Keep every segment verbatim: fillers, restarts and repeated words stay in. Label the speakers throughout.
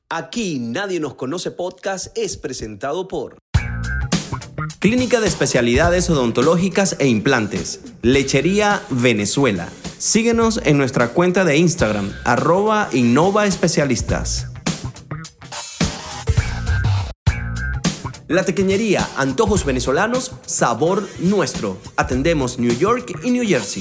Speaker 1: Aquí Nadie Nos Conoce Podcast es presentado por Clínica de Especialidades Odontológicas e Implantes, Lechería Venezuela. Síguenos en nuestra cuenta de Instagram, arroba Innova Especialistas. La Tequeñería, antojos venezolanos, sabor nuestro. Atendemos New York y New Jersey.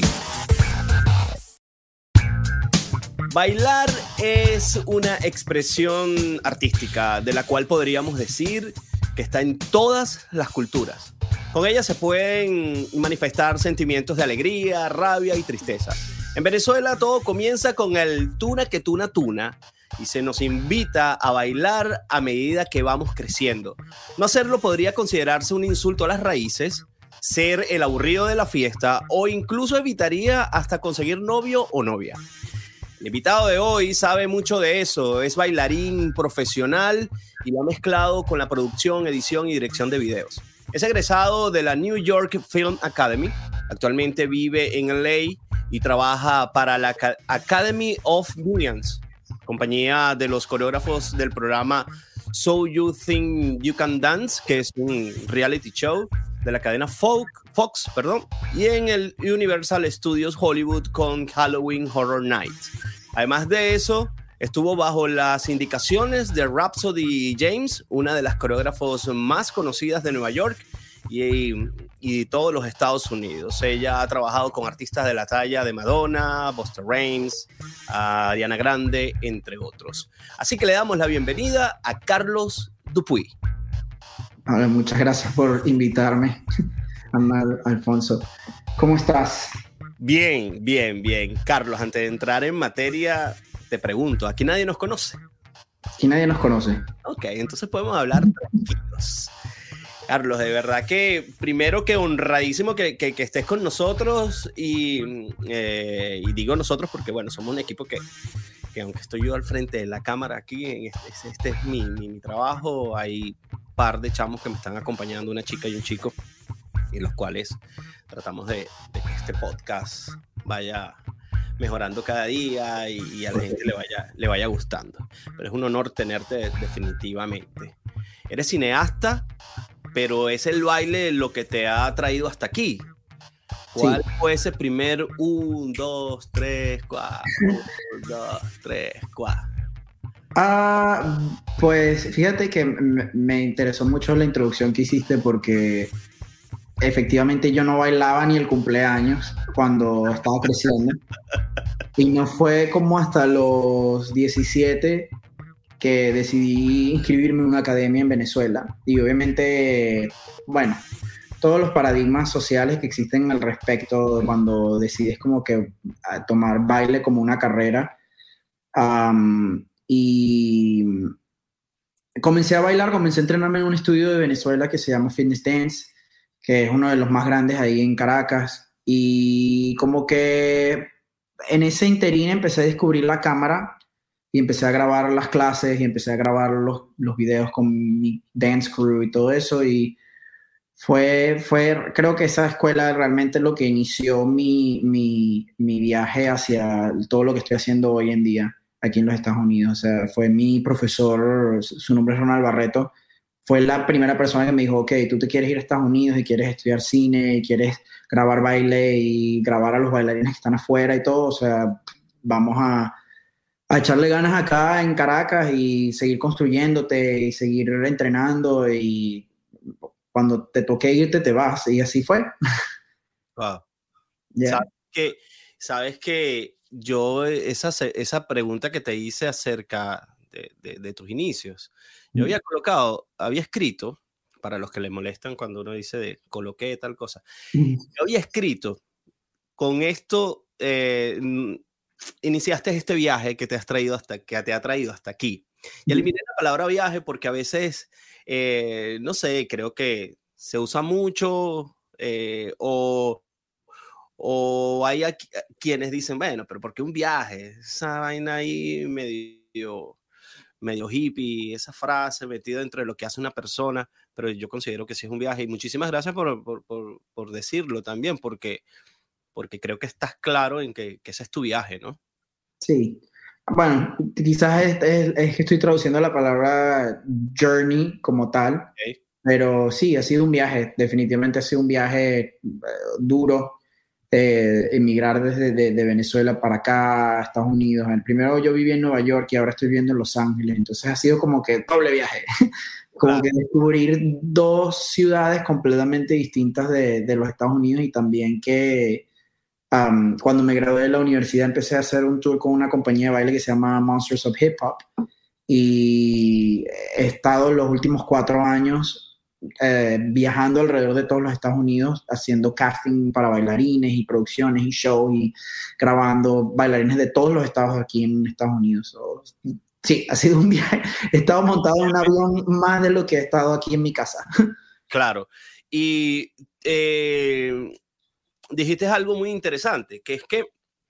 Speaker 1: Bailar es una expresión artística de la cual podríamos decir que está en todas las culturas. Con ella se pueden manifestar sentimientos de alegría, rabia y tristeza. En Venezuela todo comienza con el tuna que tuna tuna y se nos invita a bailar a medida que vamos creciendo. No hacerlo podría considerarse un insulto a las raíces, ser el aburrido de la fiesta o incluso evitaría hasta conseguir novio o novia. El invitado de hoy sabe mucho de eso, es bailarín profesional y lo ha mezclado con la producción, edición y dirección de videos. Es egresado de la New York Film Academy, actualmente vive en L A y trabaja para la Academy of Millions, compañía de los coreógrafos del programa So You Think You Can Dance, que es un reality show de la cadena Fox, Fox, perdón, y en el Universal Studios Hollywood con Halloween Horror Nights. Además de eso, estuvo bajo las indicaciones de Rhapsody James, una de las coreógrafos más conocidas de Nueva York y, y todos los Estados Unidos. Ella ha trabajado con artistas de la talla de Madonna, Busta Rhymes, Ariana Grande, entre otros. Así que le damos la bienvenida a Carlos Dupuy.
Speaker 2: Vale, muchas gracias por invitarme, Ana Alfonso. ¿Cómo estás?
Speaker 1: Bien, bien, bien. Carlos, antes de entrar en materia, te pregunto, ¿aquí nadie nos conoce?
Speaker 2: Aquí nadie nos conoce.
Speaker 1: Ok, entonces podemos hablar tranquilos. Carlos, de verdad que primero que honradísimo que, que, que estés con nosotros y, eh, y digo nosotros porque, bueno, somos un equipo que, que aunque estoy yo al frente de la cámara aquí, este, este es mi, mi, mi trabajo, hay un par de chamos que me están acompañando, una chica y un chico, en los cuales tratamos de, de que este podcast vaya mejorando cada día y, y a la gente le vaya, le vaya gustando. Pero es un honor tenerte definitivamente. Eres cineasta, pero es el baile lo que te ha traído hasta aquí. ¿Cuál sí. fue ese primer un, dos, tres, cuatro? un, dos, tres, cuatro.
Speaker 2: Ah, pues fíjate que me, me interesó mucho la introducción que hiciste porque efectivamente yo no bailaba ni el cumpleaños cuando estaba creciendo y no fue como hasta los diecisiete que decidí inscribirme en una academia en Venezuela y obviamente, bueno, todos los paradigmas sociales que existen al respecto cuando decides como que tomar baile como una carrera. Um, y comencé a bailar, comencé a entrenarme en un estudio de Venezuela que se llama Fitness Dance, que es uno de los más grandes ahí en Caracas, y como que en ese interín empecé a descubrir la cámara y empecé a grabar las clases y empecé a grabar los, los videos con mi dance crew y todo eso, y fue, fue creo que esa escuela realmente lo que inició mi, mi, mi viaje hacia todo lo que estoy haciendo hoy en día aquí en los Estados Unidos. O sea, fue mi profesor, su nombre es Ronald Barreto, fue la primera persona que me dijo, ok, tú te quieres ir a Estados Unidos y quieres estudiar cine y quieres grabar baile y grabar a los bailarines que están afuera y todo, o sea, vamos a, a echarle ganas acá en Caracas y seguir construyéndote y seguir entrenando y cuando te toque irte, te vas. Y así fue.
Speaker 1: Wow. Yeah. ¿Sabes que, sabes que yo esa, esa pregunta que te hice acerca de, de, de tus inicios, yo había colocado, había escrito, para los que le molestan cuando uno dice de coloqué tal cosa, yo había escrito, con esto eh, iniciaste este viaje que te, has traído hasta, que te ha traído hasta aquí. Y eliminé la palabra viaje porque a veces, eh, no sé, creo que se usa mucho eh, o, o hay aquí, quienes dicen, bueno, pero ¿por qué un viaje? Esa vaina ahí medio... medio hippie, esa frase metida entre lo que hace una persona, pero yo considero que sí es un viaje y muchísimas gracias por, por, por, por decirlo también, porque, porque creo que estás claro en que, que ese es tu viaje, ¿no?
Speaker 2: Sí, Bueno, quizás es, es, es que estoy traduciendo la palabra journey como tal,
Speaker 1: Okay.
Speaker 2: pero sí, ha sido un viaje, definitivamente ha sido un viaje eh, duro, eh, emigrar desde de, de Venezuela para acá, a Estados Unidos. El primero yo viví en Nueva York y ahora estoy viviendo en Los Ángeles, entonces ha sido como que doble viaje, como
Speaker 1: Claro.
Speaker 2: que descubrir dos ciudades completamente distintas de, de los Estados Unidos y también que um, cuando me gradué de la universidad empecé a hacer un tour con una compañía de baile que se llama Monsters of Hip Hop y he estado los últimos cuatro años eh, viajando alrededor de todos los Estados Unidos, haciendo casting para bailarines y producciones y shows y grabando bailarines de todos los estados aquí en Estados Unidos. So, sí, ha sido un viaje. He estado montado en un avión más de lo que he estado aquí en mi casa.
Speaker 1: Claro. Y eh, dijiste algo muy interesante, que es que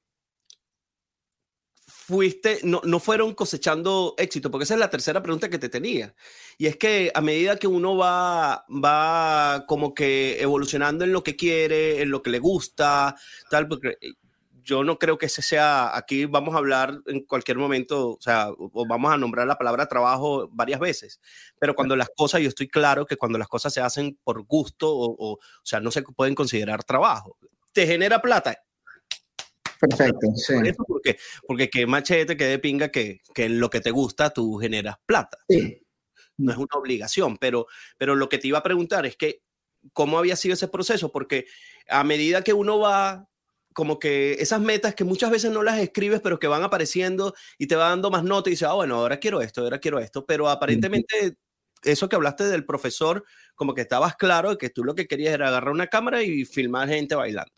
Speaker 1: fuiste, no, no fueron cosechando éxito, porque esa es la tercera pregunta que te tenía. Y es que a medida que uno va, va como que evolucionando en lo que quiere, en lo que le gusta, tal, porque yo no creo que ese sea, aquí vamos a hablar en cualquier momento, o sea, o vamos a nombrar la palabra trabajo varias veces, pero cuando las cosas, yo estoy claro que cuando las cosas se hacen por gusto, o, o, o sea, no se pueden considerar trabajo. ¿Te genera plata?
Speaker 2: Perfecto, sí.
Speaker 1: Por eso, porque, porque qué machete, qué de pinga que, que en lo que te gusta tú generas plata.
Speaker 2: Sí.
Speaker 1: No es una obligación, pero, pero lo que te iba a preguntar es que cómo había sido ese proceso, porque a medida que uno va, como que esas metas que muchas veces no las escribes, pero que van apareciendo y te va dando más notas y dices, ah, bueno, ahora quiero esto, ahora quiero esto, pero aparentemente eso que hablaste del profesor, como que estabas claro de que tú lo que querías era agarrar una cámara y filmar gente bailando.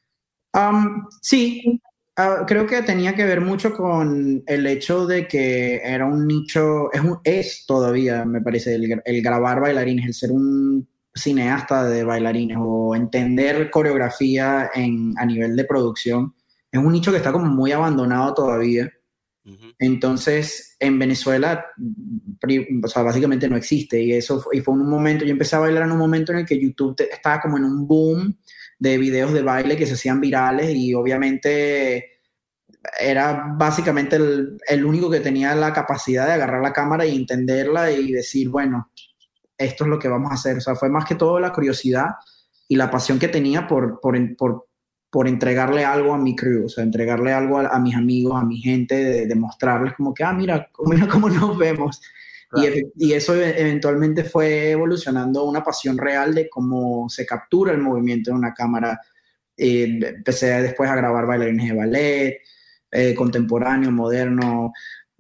Speaker 2: Um, sí, uh, creo que tenía que ver mucho con el hecho de que era un nicho, es, un, es todavía, me parece, el, el grabar bailarines, el ser un cineasta de bailarines o entender coreografía en, a nivel de producción, es un nicho que está como muy abandonado todavía. Uh-huh. Entonces, en Venezuela, o sea, básicamente no existe y eso y fue en un momento, yo empecé a bailar en un momento en el que YouTube te, estaba como en un boom de videos de baile que se hacían virales y obviamente era básicamente el, el único que tenía la capacidad de agarrar la cámara y entenderla y decir, bueno, esto es lo que vamos a hacer. O sea, fue más que todo la curiosidad y la pasión que tenía por, por, por, por entregarle algo a mi crew, o sea, entregarle algo a, a mis amigos, a mi gente, de, de mostrarles como que, ah, mira, mira cómo nos vemos. Claro. Y, y eso eventualmente fue evolucionando una pasión real de cómo se captura el movimiento de una cámara. Eh, empecé después a grabar bailarines de ballet, eh, contemporáneo, moderno,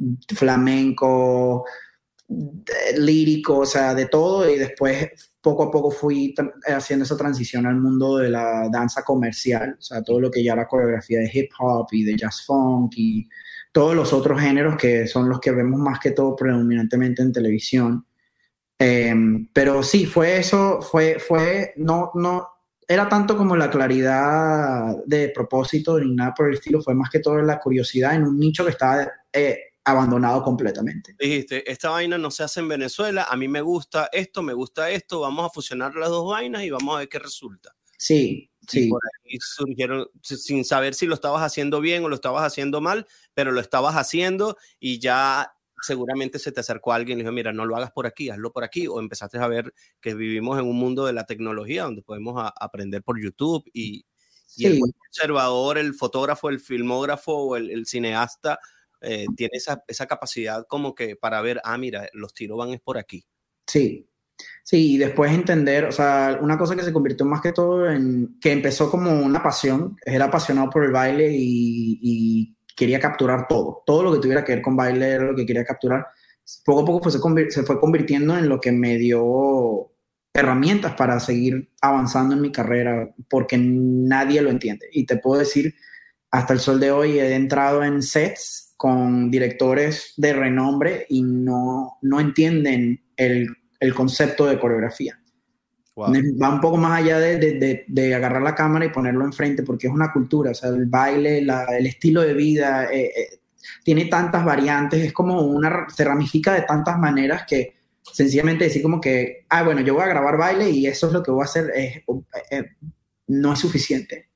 Speaker 2: flamenco, lírico, o sea, de todo. Y después poco a poco fui haciendo esa transición al mundo de la danza comercial, o sea, todo lo que ya era coreografía de hip hop y de jazz funk y todos los otros géneros que son los que vemos más que todo predominantemente en televisión. Eh, pero sí, fue eso, fue, fue, no, no, era tanto como la claridad de propósito ni nada por el estilo, fue más que todo la curiosidad en un nicho que estaba eh, abandonado completamente.
Speaker 1: Dijiste, esta vaina no se hace en Venezuela, a mí me gusta esto, me gusta esto, vamos a fusionar las dos vainas y vamos a ver qué resulta.
Speaker 2: Sí. Sí.
Speaker 1: Y por ahí surgieron, sin saber si lo estabas haciendo bien o lo estabas haciendo mal, pero lo estabas haciendo y ya seguramente se te acercó alguien y le dijo, mira, no lo hagas por aquí, hazlo por aquí, o empezaste a ver que vivimos en un mundo de la tecnología donde podemos a, aprender por YouTube y, sí. y el observador, el fotógrafo, el filmógrafo o el, el cineasta eh, tiene esa, esa capacidad como que para ver, ah, mira, los tiros van es por aquí.
Speaker 2: Sí. Sí, y después entender, o sea, una cosa que se convirtió más que todo en, que empezó como una pasión, era apasionado por el baile y, y quería capturar todo, todo lo que tuviera que ver con baile era lo que quería capturar. Poco a poco pues, se, convir- se fue convirtiendo en lo que me dio herramientas para seguir avanzando en mi carrera, porque nadie lo entiende. Y te puedo decir, hasta el sol de hoy he entrado en sets con directores de renombre y no, no entienden el el concepto de coreografía. Wow. Va un poco más allá de, de, de, de agarrar la cámara y ponerlo enfrente, porque es una cultura, o sea, el baile, la, el estilo de vida, eh, eh, tiene tantas variantes, es como una, se ramifica de tantas maneras que sencillamente decir como que, ah, bueno, yo voy a grabar baile y eso es lo que voy a hacer, es, eh, no es suficiente.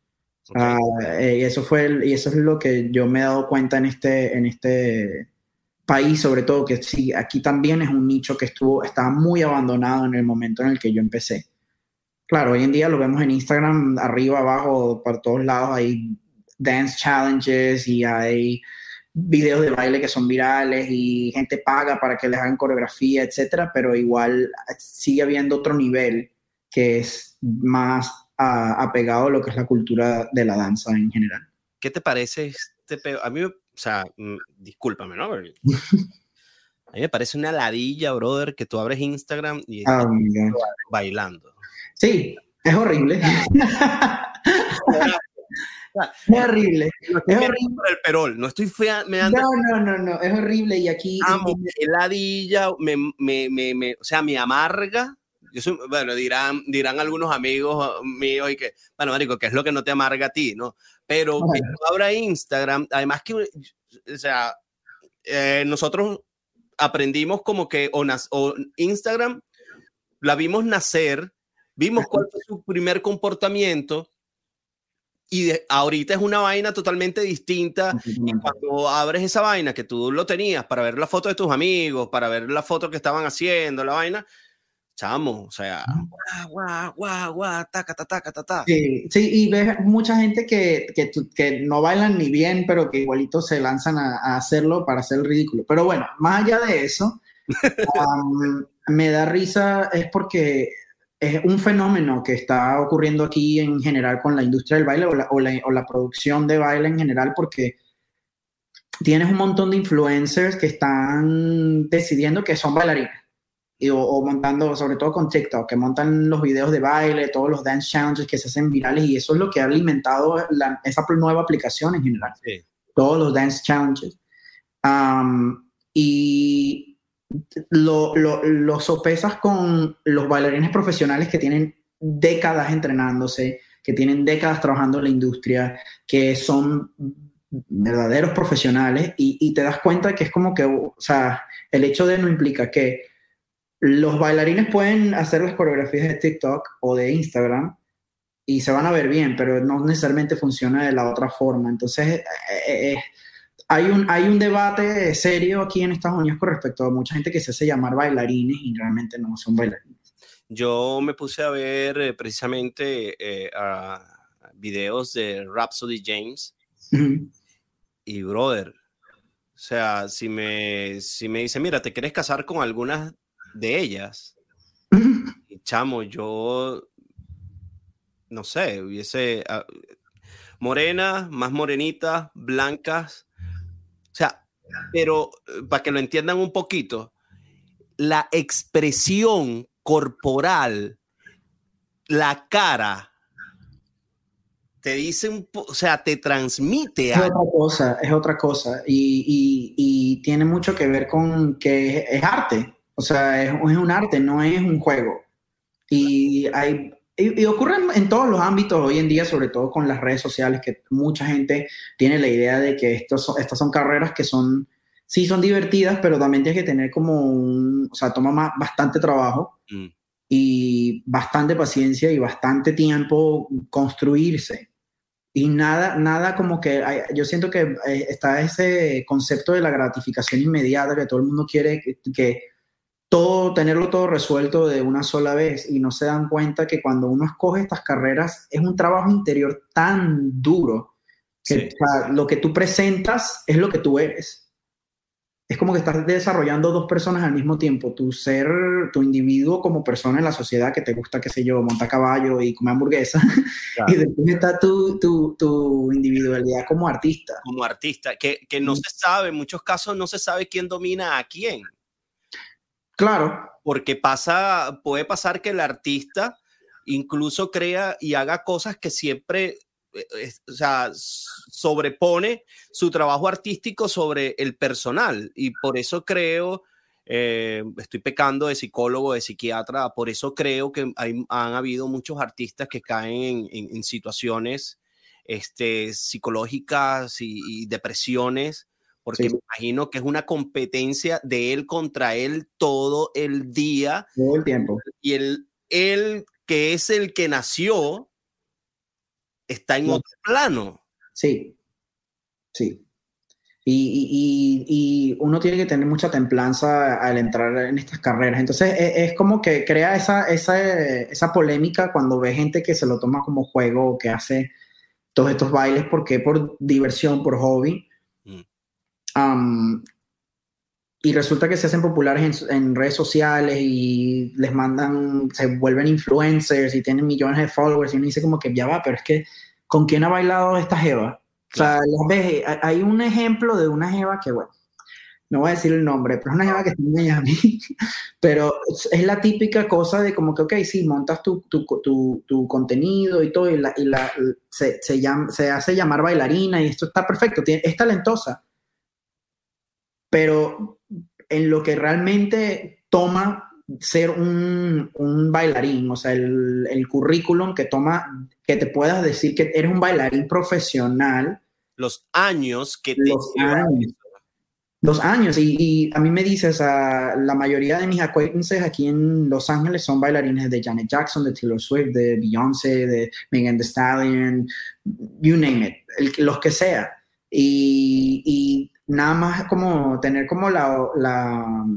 Speaker 1: Okay.
Speaker 2: Uh, eh, y, eso fue el, y eso es lo que yo me he dado cuenta en este, en este país, sobre todo, que sí, aquí también es un nicho que estuvo, estaba muy abandonado en el momento en el que yo empecé. Claro, hoy en día lo vemos en Instagram, arriba, abajo, por todos lados, hay dance challenges y hay videos de baile que son virales y gente paga para que les hagan coreografía, etcétera, pero igual sigue habiendo otro nivel que es más uh, apegado a lo que es la cultura de la danza en general.
Speaker 1: ¿Qué te parece este pedo? A mí, o sea, mm, discúlpame, ¿no? A mí me parece una ladilla, brother, que tú abres Instagram y estás oh, bailando.
Speaker 2: Sí, es horrible. Es horrible.
Speaker 1: No estoy
Speaker 2: es horrible.
Speaker 1: Por el perol, no estoy fea, me
Speaker 2: ando... No, no, no, no, es horrible y aquí...
Speaker 1: Amo, y... ladilla, me, me, me, me, o sea, me amarga. Yo soy, bueno, dirán, dirán algunos amigos míos y que, bueno, marico, ¿qué es lo que no te amarga a ti, no? Pero que tú abras Instagram, además que, o sea, eh, nosotros aprendimos como que, o, o Instagram, la vimos nacer, vimos cuál fue su primer comportamiento, y de, ahorita es una vaina totalmente distinta. Y cuando abres esa vaina que tú lo tenías para ver la foto de tus amigos, para ver la foto que estaban haciendo, la vaina, chamo, o sea, guau, guau, guau, guau, taca, taca, taca, taca.
Speaker 2: Sí, sí, y ves mucha gente que, que, que no bailan ni bien, pero que igualito se lanzan a, a hacerlo para hacer el ridículo. Pero bueno, más allá de eso, um, me da risa es porque es un fenómeno que está ocurriendo aquí en general con la industria del baile o la, o la, o la producción de baile en general, porque tienes un montón de influencers que están decidiendo que son bailarines y, o, o montando, sobre todo con TikTok, que montan los videos de baile, todos los dance challenges que se hacen virales, y eso es lo que ha alimentado la, esa nueva aplicación en general. Sí. Todos los dance challenges. Um, y Lo, lo, lo sopesas con los bailarines profesionales que tienen décadas entrenándose, que tienen décadas trabajando en la industria, que son verdaderos profesionales, y, y te das cuenta que es como que, o sea, el hecho de no implica que los bailarines pueden hacer las coreografías de TikTok o de Instagram y se van a ver bien, pero no necesariamente funciona de la otra forma. Entonces, eh, eh, Hay un, hay un debate serio aquí en Estados Unidos con respecto a mucha gente que se hace llamar bailarines y realmente no son bailarines.
Speaker 1: Yo me puse a ver eh, precisamente eh, uh, videos de Rhapsody James uh-huh. y brother, o sea, si me, si me dice, mira, ¿te quieres casar con algunas de ellas? Uh-huh. Y chamo, yo no sé, hubiese uh, morenas, más morenitas, blancas. O sea, pero para que lo entiendan un poquito, la expresión corporal, la cara, te dice un poco, o sea, te transmite
Speaker 2: es algo. Otra cosa, es otra cosa. Y, y, y tiene mucho que ver con que es, es arte. O sea, es, es un arte, no es un juego. Y hay... Y, y ocurre en, en todos los ámbitos hoy en día, sobre todo con las redes sociales, que mucha gente tiene la idea de que estos, estas son carreras que son, sí son divertidas, pero también tienes que tener como un, o sea, toma más, bastante trabajo mm. y bastante paciencia y bastante tiempo construirse. Y nada, nada como que, hay, yo siento que está ese concepto de la gratificación inmediata, que todo el mundo quiere que, que todo, tenerlo todo resuelto de una sola vez, y no se dan cuenta que cuando uno escoge estas carreras es un trabajo interior tan duro que sí. O sea, lo que tú presentas es lo que tú eres. Es como que estás desarrollando dos personas al mismo tiempo, tu ser, tu individuo como persona en la sociedad que te gusta, qué sé yo, montar caballo y comer hamburguesa, claro. Y después está tu, tu, tu individualidad como artista.
Speaker 1: Como artista, que, que no sí. se sabe, en muchos casos no se sabe quién domina a quién.
Speaker 2: Claro.
Speaker 1: Porque pasa, puede pasar que el artista incluso crea y haga cosas que siempre, eh, o sea, sobrepone su trabajo artístico sobre el personal. Y por eso creo, eh, estoy pecando de psicólogo, de psiquiatra, por eso creo que hay, han habido muchos artistas que caen en, en, en situaciones este, psicológicas y, y depresiones, porque sí. Me imagino que es una competencia de él contra él todo el día.
Speaker 2: Todo el tiempo.
Speaker 1: Y él, él que es el que nació, está en otro plano.
Speaker 2: Sí, sí. Y, y, y uno tiene que tener mucha templanza al entrar en estas carreras. Entonces es, es como que crea esa, esa, esa polémica cuando ve gente que se lo toma como juego o que hace todos estos bailes porque por diversión, por hobby. Mm. Um, y resulta que se hacen populares en, en redes sociales y les mandan, se vuelven influencers y tienen millones de followers y uno dice como que ya va, pero es que ¿con quién ha bailado esta jeva? Claro. O sea, ves, hay un ejemplo de una jeva que, bueno, no voy a decir el nombre, pero es una jeva que está en Miami, pero es la típica cosa de como que, ok, sí, montas tu, tu, tu, tu contenido y todo, y, la, y la, se, se, llama, se hace llamar bailarina y esto está perfecto, tiene, es talentosa, pero en lo que realmente toma ser un, un bailarín, o sea, el, el currículum que toma, que te puedas decir que eres un bailarín profesional.
Speaker 1: Los años que te
Speaker 2: los años, los años y, y a mí me dices, uh, la mayoría de mis acquaintances aquí en Los Ángeles son bailarines de Janet Jackson, de Taylor Swift, de Beyoncé, de Megan Thee Stallion, you name it, el, los que sea. Y, y nada más como tener como la, la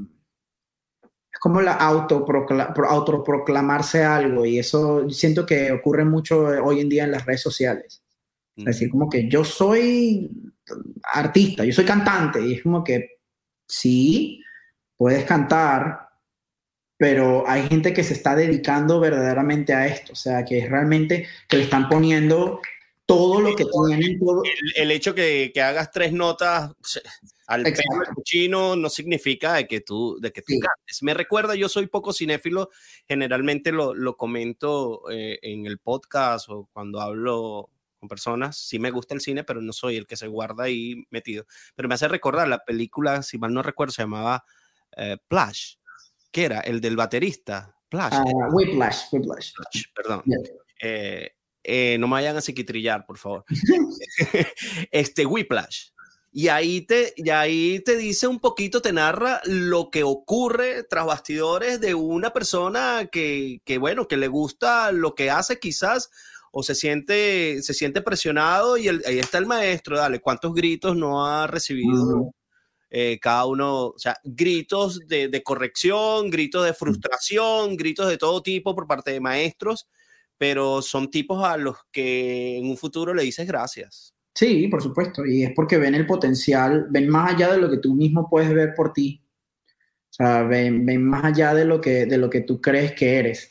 Speaker 2: es como la autoprocla, autoproclamarse algo, y eso siento que ocurre mucho hoy en día en las redes sociales. Es decir, como que yo soy artista, yo soy cantante, y es como que sí, puedes cantar, pero hay gente que se está dedicando verdaderamente a esto, o sea, que es realmente que le están poniendo todo lo que tienen. Todo.
Speaker 1: El, el hecho que, que hagas tres notas al pelo del cochino no significa de que tú, de que tú sí. cantes. Me recuerda, yo soy poco cinéfilo, generalmente lo, lo comento eh, en el podcast o cuando hablo con personas. Sí me gusta el cine, pero no soy el que se guarda ahí metido. Pero me hace recordar la película, si mal no recuerdo, se llamaba eh, Plash, que era el del baterista. Plash.
Speaker 2: Uh, Whiplash, Whiplash.
Speaker 1: Plash, perdón.
Speaker 2: Yeah.
Speaker 1: Eh, eh, no me vayan a psiquitrillar, por favor. este Whiplash. Y ahí, te, y ahí te dice un poquito, te narra lo que ocurre tras bastidores de una persona que, que bueno, que le gusta lo que hace quizás, o se siente, se siente presionado, y el, ahí está el maestro, dale, ¿cuántos gritos no ha recibido uh-huh. eh, cada uno? O sea, gritos de, de corrección, gritos de frustración, gritos de todo tipo por parte de maestros, pero son tipos a los que en un futuro le dices gracias.
Speaker 2: Sí, por supuesto, y es porque ven el potencial, ven más allá de lo que tú mismo puedes ver por ti, o sea, ven, ven más allá de lo que, de lo que tú crees que eres.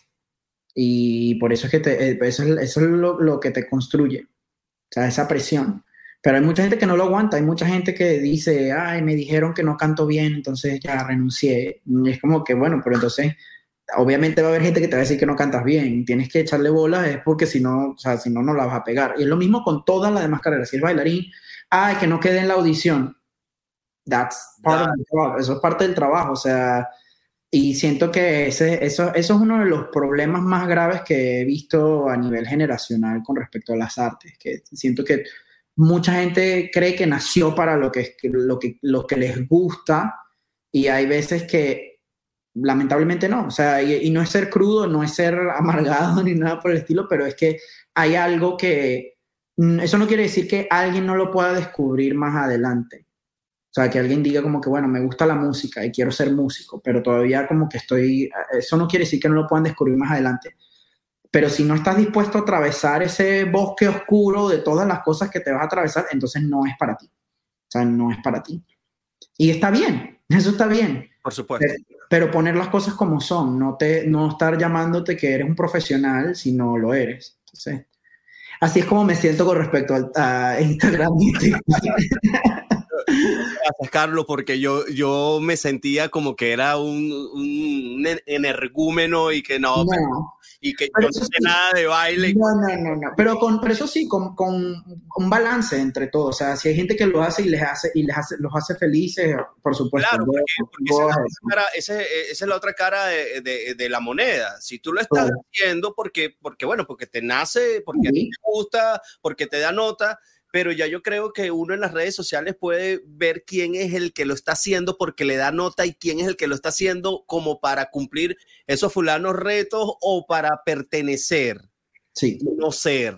Speaker 2: Y por eso es que te, eso es, eso es lo, lo que te construye, o sea, esa presión. Pero hay mucha gente que no lo aguanta, hay mucha gente que dice, ay, me dijeron que no canto bien, entonces ya renuncié. Y es como que, bueno, pero entonces, obviamente va a haber gente que te va a decir que no cantas bien, tienes que echarle bolas, es porque si no, o sea, si no, no la vas a pegar. Y es lo mismo con todas las demás carreras. Si es bailarín, ay, que no quede en la audición. That's part of the job. Eso es parte del trabajo, o sea... Y siento que ese, eso, eso es uno de los problemas más graves que he visto a nivel generacional con respecto a las artes, que siento que mucha gente cree que nació para lo que, lo que, lo que les gusta, y hay veces que lamentablemente no, o sea, y, y no es ser crudo, no es ser amargado ni nada por el estilo, pero es que hay algo que, eso no quiere decir que alguien no lo pueda descubrir más adelante. O sea, que alguien diga como que, bueno, me gusta la música y quiero ser músico, pero todavía como que estoy... Eso no quiere decir que no lo puedan descubrir más adelante. Pero si no estás dispuesto a atravesar ese bosque oscuro de todas las cosas que te vas a atravesar, entonces no es para ti. O sea, no es para ti. Y está bien, eso está bien.
Speaker 1: Por supuesto.
Speaker 2: Pero, pero poner las cosas como son, no, te, no estar llamándote que eres un profesional si no lo eres. Entonces, así es como me siento con respecto a, a Instagram y TikTok.
Speaker 1: Gracias, Carlos, porque yo, yo me sentía como que era un, un energúmeno y que no,
Speaker 2: no
Speaker 1: pero, y que yo no sé sí, nada de baile.
Speaker 2: No, no, no, no. Pero, con, pero eso sí, con, con un balance entre todos. O sea, si hay gente que lo hace y les hace y les hace, los hace felices, por supuesto.
Speaker 1: Claro, porque, porque esa, es la cara, esa, esa es la otra cara de, de, de la moneda. Si tú lo estás oh. haciendo porque, porque, bueno, porque te nace, porque sí. te gusta, porque te da nota. Pero ya yo creo que uno en las redes sociales puede ver quién es el que lo está haciendo porque le da nota y quién es el que lo está haciendo como para cumplir esos fulanos retos o para pertenecer,
Speaker 2: sí.
Speaker 1: no ser.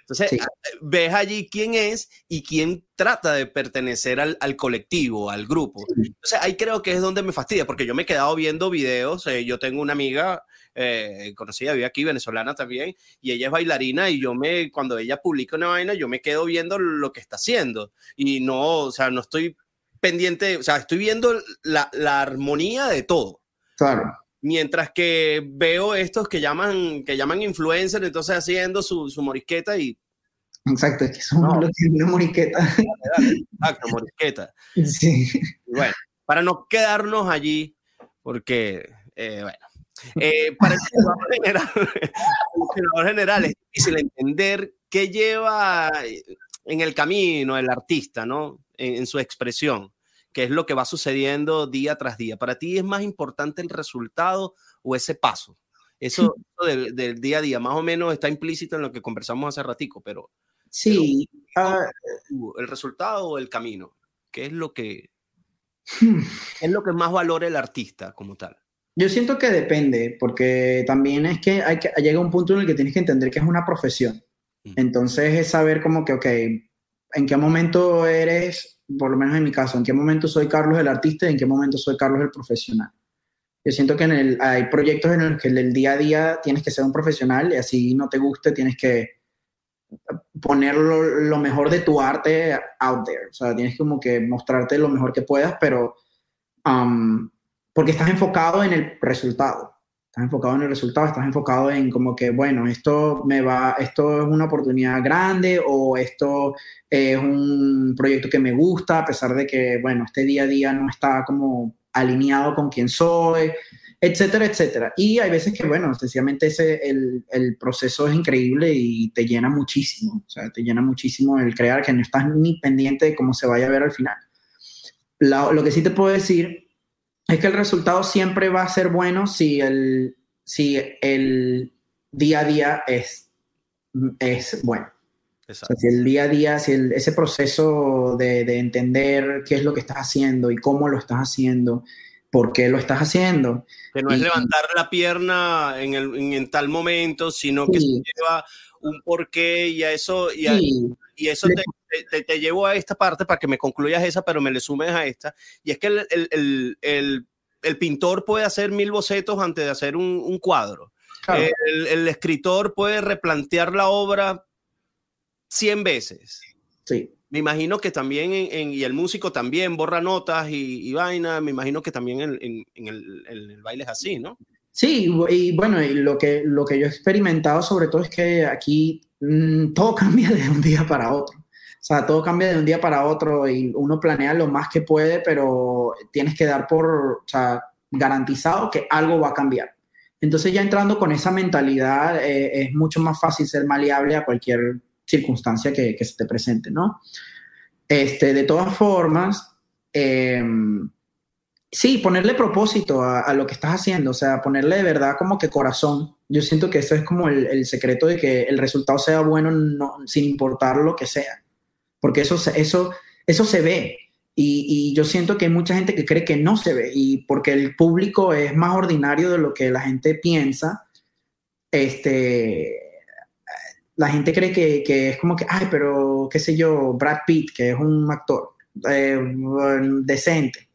Speaker 1: Entonces,
Speaker 2: Sí.
Speaker 1: ves allí quién es y quién trata de pertenecer al, al colectivo, al grupo.
Speaker 2: Sí.
Speaker 1: Entonces, ahí creo que es donde me fastidia, porque yo me he quedado viendo videos. Eh, yo tengo una amiga eh, conocida, vive aquí, venezolana también, y ella es bailarina, y yo me, cuando ella publica una vaina, yo me quedo viendo lo que está haciendo. Y no, o sea, no estoy pendiente, o sea, estoy viendo la, la armonía de todo.
Speaker 2: Claro.
Speaker 1: Mientras que veo estos que llaman, que llaman influencers, entonces haciendo su, su morisqueta y...
Speaker 2: Exacto, es que son
Speaker 1: No,
Speaker 2: los que una moriqueta.
Speaker 1: dale, dale, exacto, morisqueta.
Speaker 2: Sí.
Speaker 1: Y bueno, para no quedarnos allí, porque, eh, bueno, eh, para el observador general, el observador general es difícil entender qué lleva en el camino el artista, ¿no? En, en su expresión, qué es lo que va sucediendo día tras día. ¿Para ti es más importante el resultado o ese paso? Eso, eso del, del día a día, más o menos está implícito en lo que conversamos hace ratico, pero, pero
Speaker 2: Sí.
Speaker 1: uh, ¿el resultado o el camino? ¿Qué es lo que,
Speaker 2: Uh,
Speaker 1: qué es lo que más valora el artista como tal?
Speaker 2: Yo siento que depende, porque también es que, hay que llega un punto en el que tienes que entender que es una profesión. Entonces es saber como que, ok, en qué momento eres, por lo menos en mi caso, en qué momento soy Carlos el artista y en qué momento soy Carlos el profesional. Yo siento que en el, hay proyectos en los que en el día a día tienes que ser un profesional y así no te guste, tienes que poner lo, lo mejor de tu arte out there. O sea, tienes como que mostrarte lo mejor que puedas, pero um, porque estás enfocado en el resultado. Estás enfocado en el resultado, estás enfocado en como que, bueno, esto me va, esto es una oportunidad grande o esto es un proyecto que me gusta, a pesar de que, bueno, este día a día no está como alineado con quién soy, etcétera, etcétera. Y hay veces que, bueno, sencillamente ese, el, el proceso es increíble y te llena muchísimo. O sea, te llena muchísimo el crear, que no estás ni pendiente de cómo se vaya a ver al final. La, lo que sí te puedo decir es que el resultado siempre va a ser bueno si el, si el día a día es, es bueno. O sea, si el día a día, si el, ese proceso de, de entender qué es lo que estás haciendo y cómo lo estás haciendo, por qué lo estás haciendo.
Speaker 1: Que no
Speaker 2: y,
Speaker 1: es levantar la pierna en, el, en, en tal momento, sino sí. que se lleva un porqué y a eso, y, a, sí. y eso te, te, te llevo a esta parte para que me concluyas esa, pero me le sumes a esta. Y es que el, el, el, el, el pintor puede hacer mil bocetos antes de hacer un, un cuadro. Claro. El, el escritor puede replantear la obra cien veces.
Speaker 2: Sí.
Speaker 1: Me imagino que también, en, en, y el músico también borra notas y, y vaina, me imagino que también en, en, en, el, en el baile es así, ¿no?
Speaker 2: Sí, y bueno, y lo que, lo que yo he experimentado sobre todo es que aquí mmm, todo cambia de un día para otro. O sea, todo cambia de un día para otro y uno planea lo más que puede, pero tienes que dar por, o sea, garantizado que algo va a cambiar. Entonces ya entrando con esa mentalidad eh, es mucho más fácil ser maleable a cualquier circunstancia que, que se te presente, ¿no? Este, de todas formas, eh, sí, ponerle propósito a, a lo que estás haciendo, o sea, ponerle de verdad como que corazón. Yo siento que eso es como el, el secreto de que el resultado sea bueno no, sin importar lo que sea, porque eso, eso, eso se ve. Y, y yo siento que hay mucha gente que cree que no se ve y porque el público es más ordinario de lo que la gente piensa, este... la gente cree que, que es como que, ay, pero qué sé yo, Brad Pitt, que es un actor eh, decente.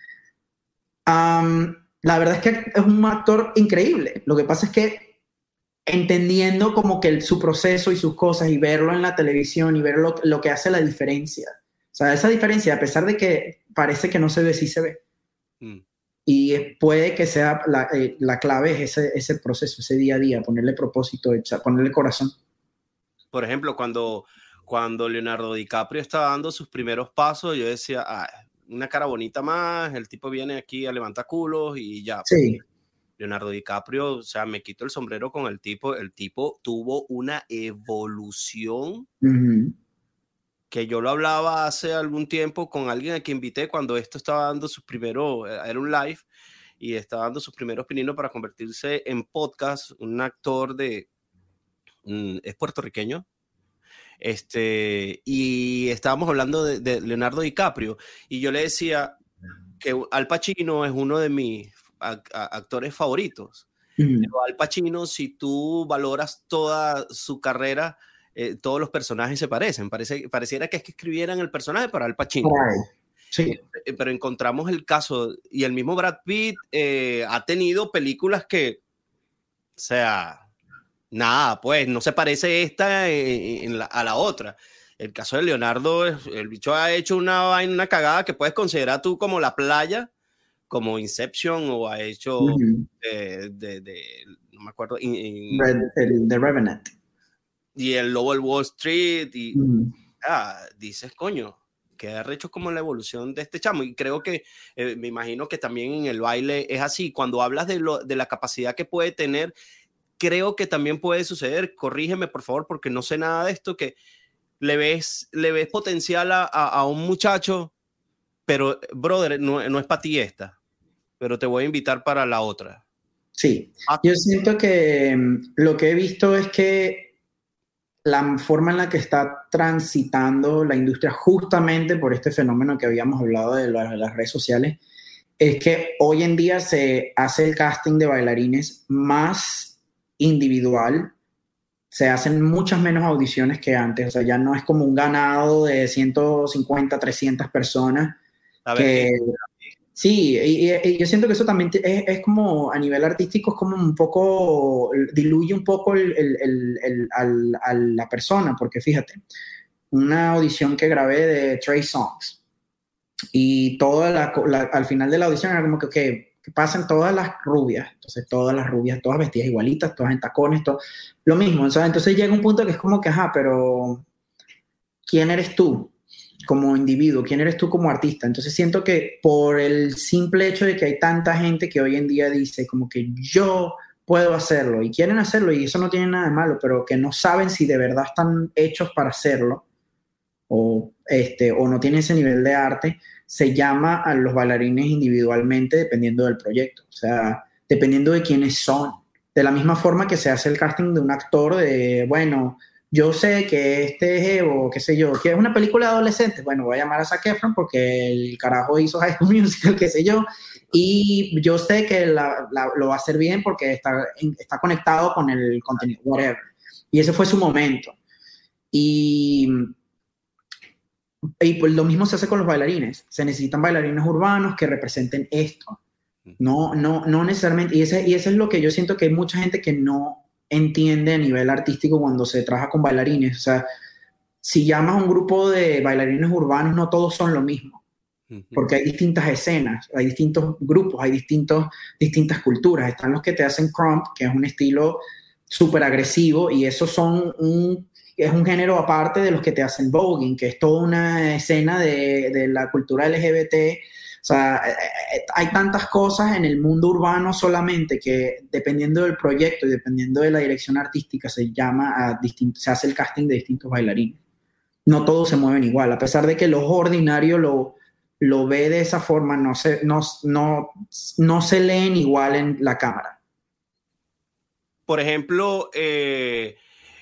Speaker 2: Um, la verdad es que es un actor increíble. Lo que pasa es que entendiendo como que el, su proceso y sus cosas y verlo en la televisión y ver lo, lo que hace la diferencia. O sea, esa diferencia, a pesar de que parece que no se ve, sí se ve. Mm. Y puede que sea la, eh, la clave es ese, ese proceso, ese día a día, ponerle propósito, echar, ponerle corazón.
Speaker 1: Por ejemplo, cuando, cuando Leonardo DiCaprio estaba dando sus primeros pasos, yo decía, ah, una cara bonita más, el tipo viene aquí a levantar culos y ya.
Speaker 2: Sí.
Speaker 1: Leonardo DiCaprio, o sea, me quito el sombrero con el tipo, el tipo tuvo una evolución
Speaker 2: uh-huh.
Speaker 1: que yo lo hablaba hace algún tiempo con alguien a quien invité cuando esto estaba dando sus primeros, era un live, y estaba dando sus primeros pininos para convertirse en podcast, un actor de... es puertorriqueño, este, y estábamos hablando de, de Leonardo DiCaprio, y yo le decía que Al Pacino es uno de mis a, a, actores favoritos, mm. pero Al Pacino, si tú valoras toda su carrera, eh, todos los personajes se parecen. Parece, pareciera que es que escribieran el personaje para Al Pacino.
Speaker 2: Sí.
Speaker 1: Eh, pero encontramos el caso, y el mismo Brad Pitt eh, ha tenido películas que, o sea, nada, pues no se parece esta en, en la, a la otra. El caso de Leonardo, el bicho ha hecho una vaina, una cagada que puedes considerar tú como La Playa, como Inception, o ha hecho uh-huh. eh, de, de, no me acuerdo, in, in,
Speaker 2: Red, el, The Revenant.
Speaker 1: Y el Lobo del Wall Street, y
Speaker 2: uh-huh.
Speaker 1: ah, dices, coño, qué arrecho como la evolución de este chamo. Y creo que, eh, me imagino que también en el baile es así. Cuando hablas de, lo, de la capacidad que puede tener, creo que también puede suceder, corrígeme por favor, porque no sé nada de esto, que le ves, le ves potencial a, a, a un muchacho, pero, brother, no, no es para ti esta, pero te voy a invitar para la otra.
Speaker 2: Sí, ah. Yo siento que um, lo que he visto es que la forma en la que está transitando la industria, justamente por este fenómeno que habíamos hablado de, la, de las redes sociales, es que hoy en día se hace el casting de bailarines más individual. Se hacen muchas menos audiciones que antes, o sea, ya no es como un ganado de ciento cincuenta, trescientas personas. A ver, que, sí, y, y yo siento que eso también es, es como, a nivel artístico, es como un poco, diluye un poco el, el, el, el, al, a la persona, porque fíjate, una audición que grabé de Trey Songz, y toda la, la, al final de la audición era como que, okay, que pasan todas las rubias, entonces todas las rubias, todas vestidas igualitas, todas en tacones, todo, lo mismo, o sea, entonces llega un punto que es como que, ajá, pero ¿quién eres tú como individuo? ¿Quién eres tú como artista? Entonces siento que por el simple hecho de que hay tanta gente que hoy en día dice como que yo puedo hacerlo, y quieren hacerlo, y eso no tiene nada de malo, pero que no saben si de verdad están hechos para hacerlo, o, este, o no tienen ese nivel de arte, se llama a los bailarines individualmente dependiendo del proyecto, o sea, dependiendo de quiénes son. De la misma forma que se hace el casting de un actor de, bueno, yo sé que este es Evo, qué sé yo, que es una película de adolescentes, bueno, voy a llamar a Zac Efron porque el carajo hizo High School Musical, qué sé yo, y yo sé que la, la, lo va a hacer bien porque está, está conectado con el contenido, whatever. Y ese fue su momento. Y... Y pues lo mismo se hace con los bailarines. Se necesitan bailarines urbanos que representen esto. No, no, no necesariamente. Y ese, y eso es lo que yo siento que hay mucha gente que no entiende a nivel artístico cuando se trabaja con bailarines. O sea, si llamas a un grupo de bailarines urbanos, no todos son lo mismo. Porque hay distintas escenas, hay distintos grupos, hay distintos, distintas culturas. Están los que te hacen crump, que es un estilo súper agresivo, y esos son un... es un género aparte de los que te hacen voguing, que es toda una escena de, de la cultura L G B T. O sea, hay tantas cosas en el mundo urbano solamente que dependiendo del proyecto y dependiendo de la dirección artística se llama a distinto, se hace el casting de distintos bailarines. No todos se mueven igual, a pesar de que el ojo ordinario lo, lo ve de esa forma, no se, no, no, no se leen igual en la cámara.
Speaker 1: Por ejemplo, eh...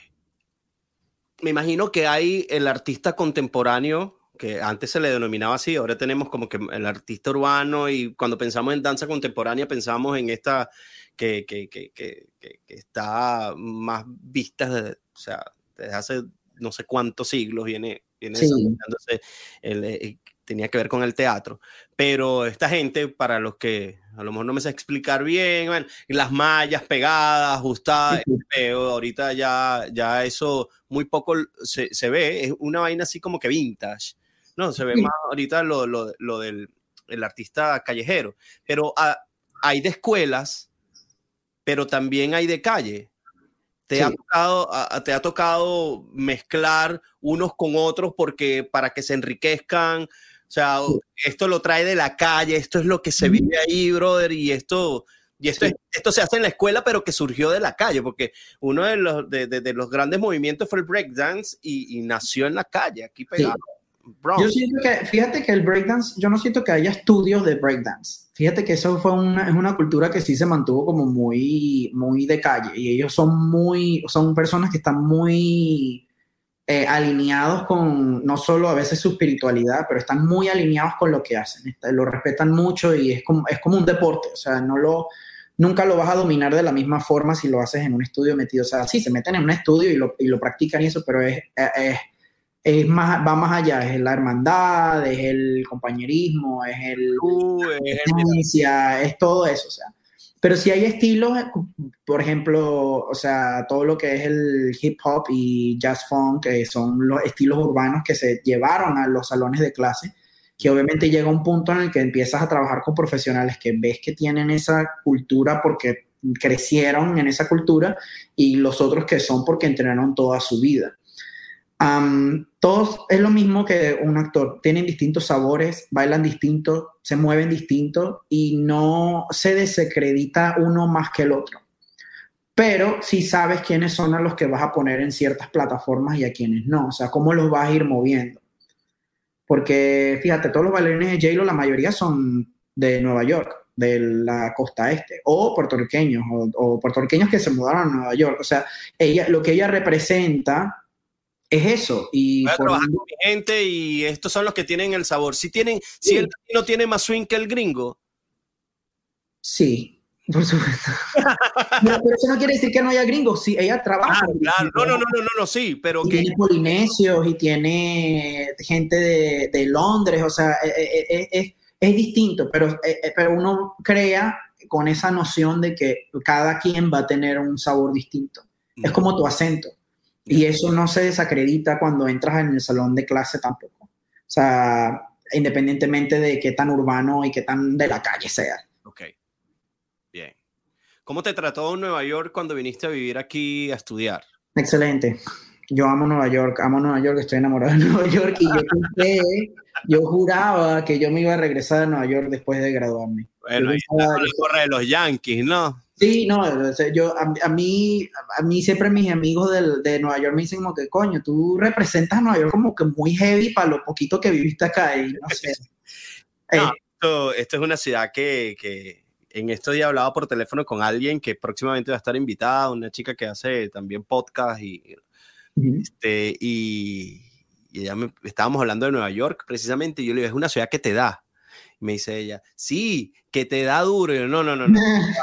Speaker 1: me imagino que hay el artista contemporáneo, que antes se le denominaba así, ahora tenemos como que el artista urbano, y cuando pensamos en danza contemporánea pensamos en esta que, que, que, que, que, que está más vista, de, o sea, desde hace no sé cuántos siglos viene, viene
Speaker 2: sí.
Speaker 1: desarrollándose, el, el, tenía que ver con el teatro, pero esta gente, para los que a lo mejor no me sé explicar bien, bueno, las mallas pegadas, ajustadas, sí. Pero ahorita ya, ya eso muy poco se, se ve, es una vaina así como que vintage, ¿no? Se ve sí. Más ahorita lo, lo, lo del el artista callejero, pero a, hay de escuelas, pero también hay de calle. Te, sí. ha tocado, a, te ha tocado mezclar unos con otros porque para que se enriquezcan. O sea, sí. Esto lo trae de la calle, esto es lo que se vive ahí, brother, y esto, y esto, sí. es, esto se hace en la escuela, pero que surgió de la calle, porque uno de los, de, de, de los grandes movimientos fue el breakdance y, y nació en la calle, aquí pegado. Sí.
Speaker 2: Yo siento que, fíjate que el breakdance, yo no siento que haya estudios de breakdance. Fíjate que eso fue una, es una cultura que sí se mantuvo como muy, muy de calle, y ellos son muy, son personas que están muy eh, alineados con, no solo a veces su espiritualidad, pero están muy alineados con lo que hacen, lo respetan mucho y es como, es como un deporte, o sea, no lo, nunca lo vas a dominar de la misma forma si lo haces en un estudio metido. O sea, sí, se meten en un estudio y lo, y lo practican y eso, pero es, es, es más, va más allá. Es la hermandad, es el compañerismo, es el...
Speaker 1: Uh, es,
Speaker 2: el es todo eso, o sea. Pero sí hay estilos, por ejemplo, o sea, todo lo que es el hip hop y jazz funk, que son los estilos urbanos que se llevaron a los salones de clase, que obviamente llega un punto en el que empiezas a trabajar con profesionales que ves que tienen esa cultura porque crecieron en esa cultura y los otros que son porque entrenaron toda su vida. Um, todos es lo mismo que un actor, tienen distintos sabores, bailan distinto, se mueven distinto y no se desacredita uno más que el otro. Pero sí sabes quiénes son a los que vas a poner en ciertas plataformas y a quiénes no, o sea, cómo los vas a ir moviendo. Porque fíjate, todos los bailarines de J-Lo, la mayoría son de Nueva York, de la costa este, o puertorriqueños, o, o puertorriqueños que se mudaron a Nueva York. O sea, ella, lo que ella representa es eso. Y
Speaker 1: voy a
Speaker 2: por
Speaker 1: trabajar con mi gente y estos son los que tienen el sabor. Si, tienen, sí. si el latino tiene más swing que el gringo.
Speaker 2: Sí, por supuesto. No, pero eso no quiere decir que no haya gringos. Sí, ella trabaja.
Speaker 1: Ah, claro. No, no, no, no, no, no, sí, pero
Speaker 2: y
Speaker 1: que...
Speaker 2: tiene polinesios y tiene gente de, de Londres. O sea, es, es, es, es distinto, pero, pero uno crea con esa noción de que cada quien va a tener un sabor distinto. Mm. Es como tu acento. Y eso no se desacredita cuando entras en el salón de clase tampoco. O sea, independientemente de qué tan urbano y qué tan de la calle sea.
Speaker 1: Ok. Bien. ¿Cómo te trató Nueva York cuando viniste a vivir aquí a estudiar?
Speaker 2: Excelente. Yo amo Nueva York, amo Nueva York, estoy enamorado de Nueva York y yo pensé, yo juraba que yo me iba a regresar a Nueva York después de graduarme.
Speaker 1: Bueno, ahí está con la gorra de los Yankees, ¿no?
Speaker 2: Sí, no, yo, a, a, mí, a mí siempre mis amigos del, de Nueva York me dicen como que, coño, tú representas a Nueva York como que muy heavy para lo poquito que viviste acá y no sé.
Speaker 1: No, eh, esto, esto es una ciudad que, que en estos días hablaba por teléfono con alguien que próximamente va a estar invitada, una chica que hace también podcast y, uh-huh. este, y, y ella me, estábamos hablando de Nueva York precisamente y yo le digo, es una ciudad que te da. Me dice ella, sí, que te da duro. Y yo, no, no, no, no.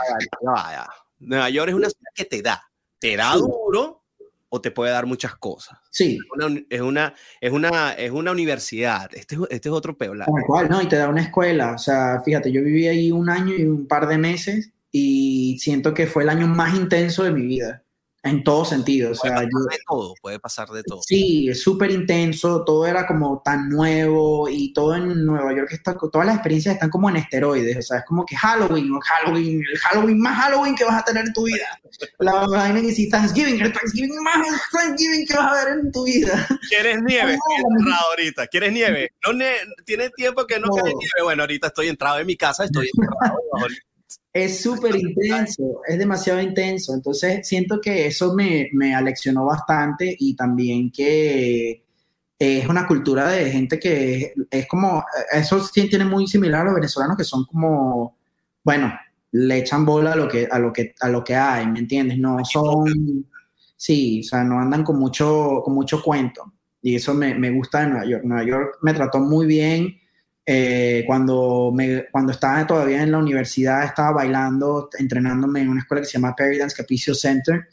Speaker 1: no vaya. Nueva York es una ciudad que te da. Te da sí. duro o te puede dar muchas cosas.
Speaker 2: Sí.
Speaker 1: Es una, es una, es una, es una universidad. Este, este es otro peor.
Speaker 2: Tal cual, no, y te da una escuela. O sea, fíjate, yo viví ahí un año y un par de meses y siento que fue el año más intenso de mi vida. En todo sentido. O sea,
Speaker 1: puede pasar
Speaker 2: yo,
Speaker 1: de todo, puede pasar de todo.
Speaker 2: Sí, es súper intenso, todo era como tan nuevo y todo en Nueva York, está, todas las experiencias están como en esteroides, o sea, es como que Halloween, Halloween, el Halloween más Halloween que vas a tener en tu vida. La vaina que sí, Thanksgiving, el Thanksgiving más Thanksgiving que vas a ver en tu vida.
Speaker 1: ¿Quieres nieve? Estoy entrado ahorita. ¿Quieres nieve? No, ne ¿Tiene tiempo que no, no. quieres nieve? Bueno, ahorita estoy entrado en mi casa, estoy entrado.
Speaker 2: Es súper intenso, es demasiado intenso. Entonces siento que eso me, me aleccionó bastante y también que es una cultura de gente que es, es como, eso sí tiene muy similar a los venezolanos que son como, bueno, le echan bola a lo que, a lo que, a lo que hay, ¿me entiendes? No son, sí, o sea, no andan con mucho, con mucho cuento. Y eso me, me gusta de Nueva York. Nueva York me trató muy bien. Eh, cuando, me, cuando estaba todavía en la universidad estaba bailando, entrenándome en una escuela que se llama Perry Dance Capicio Center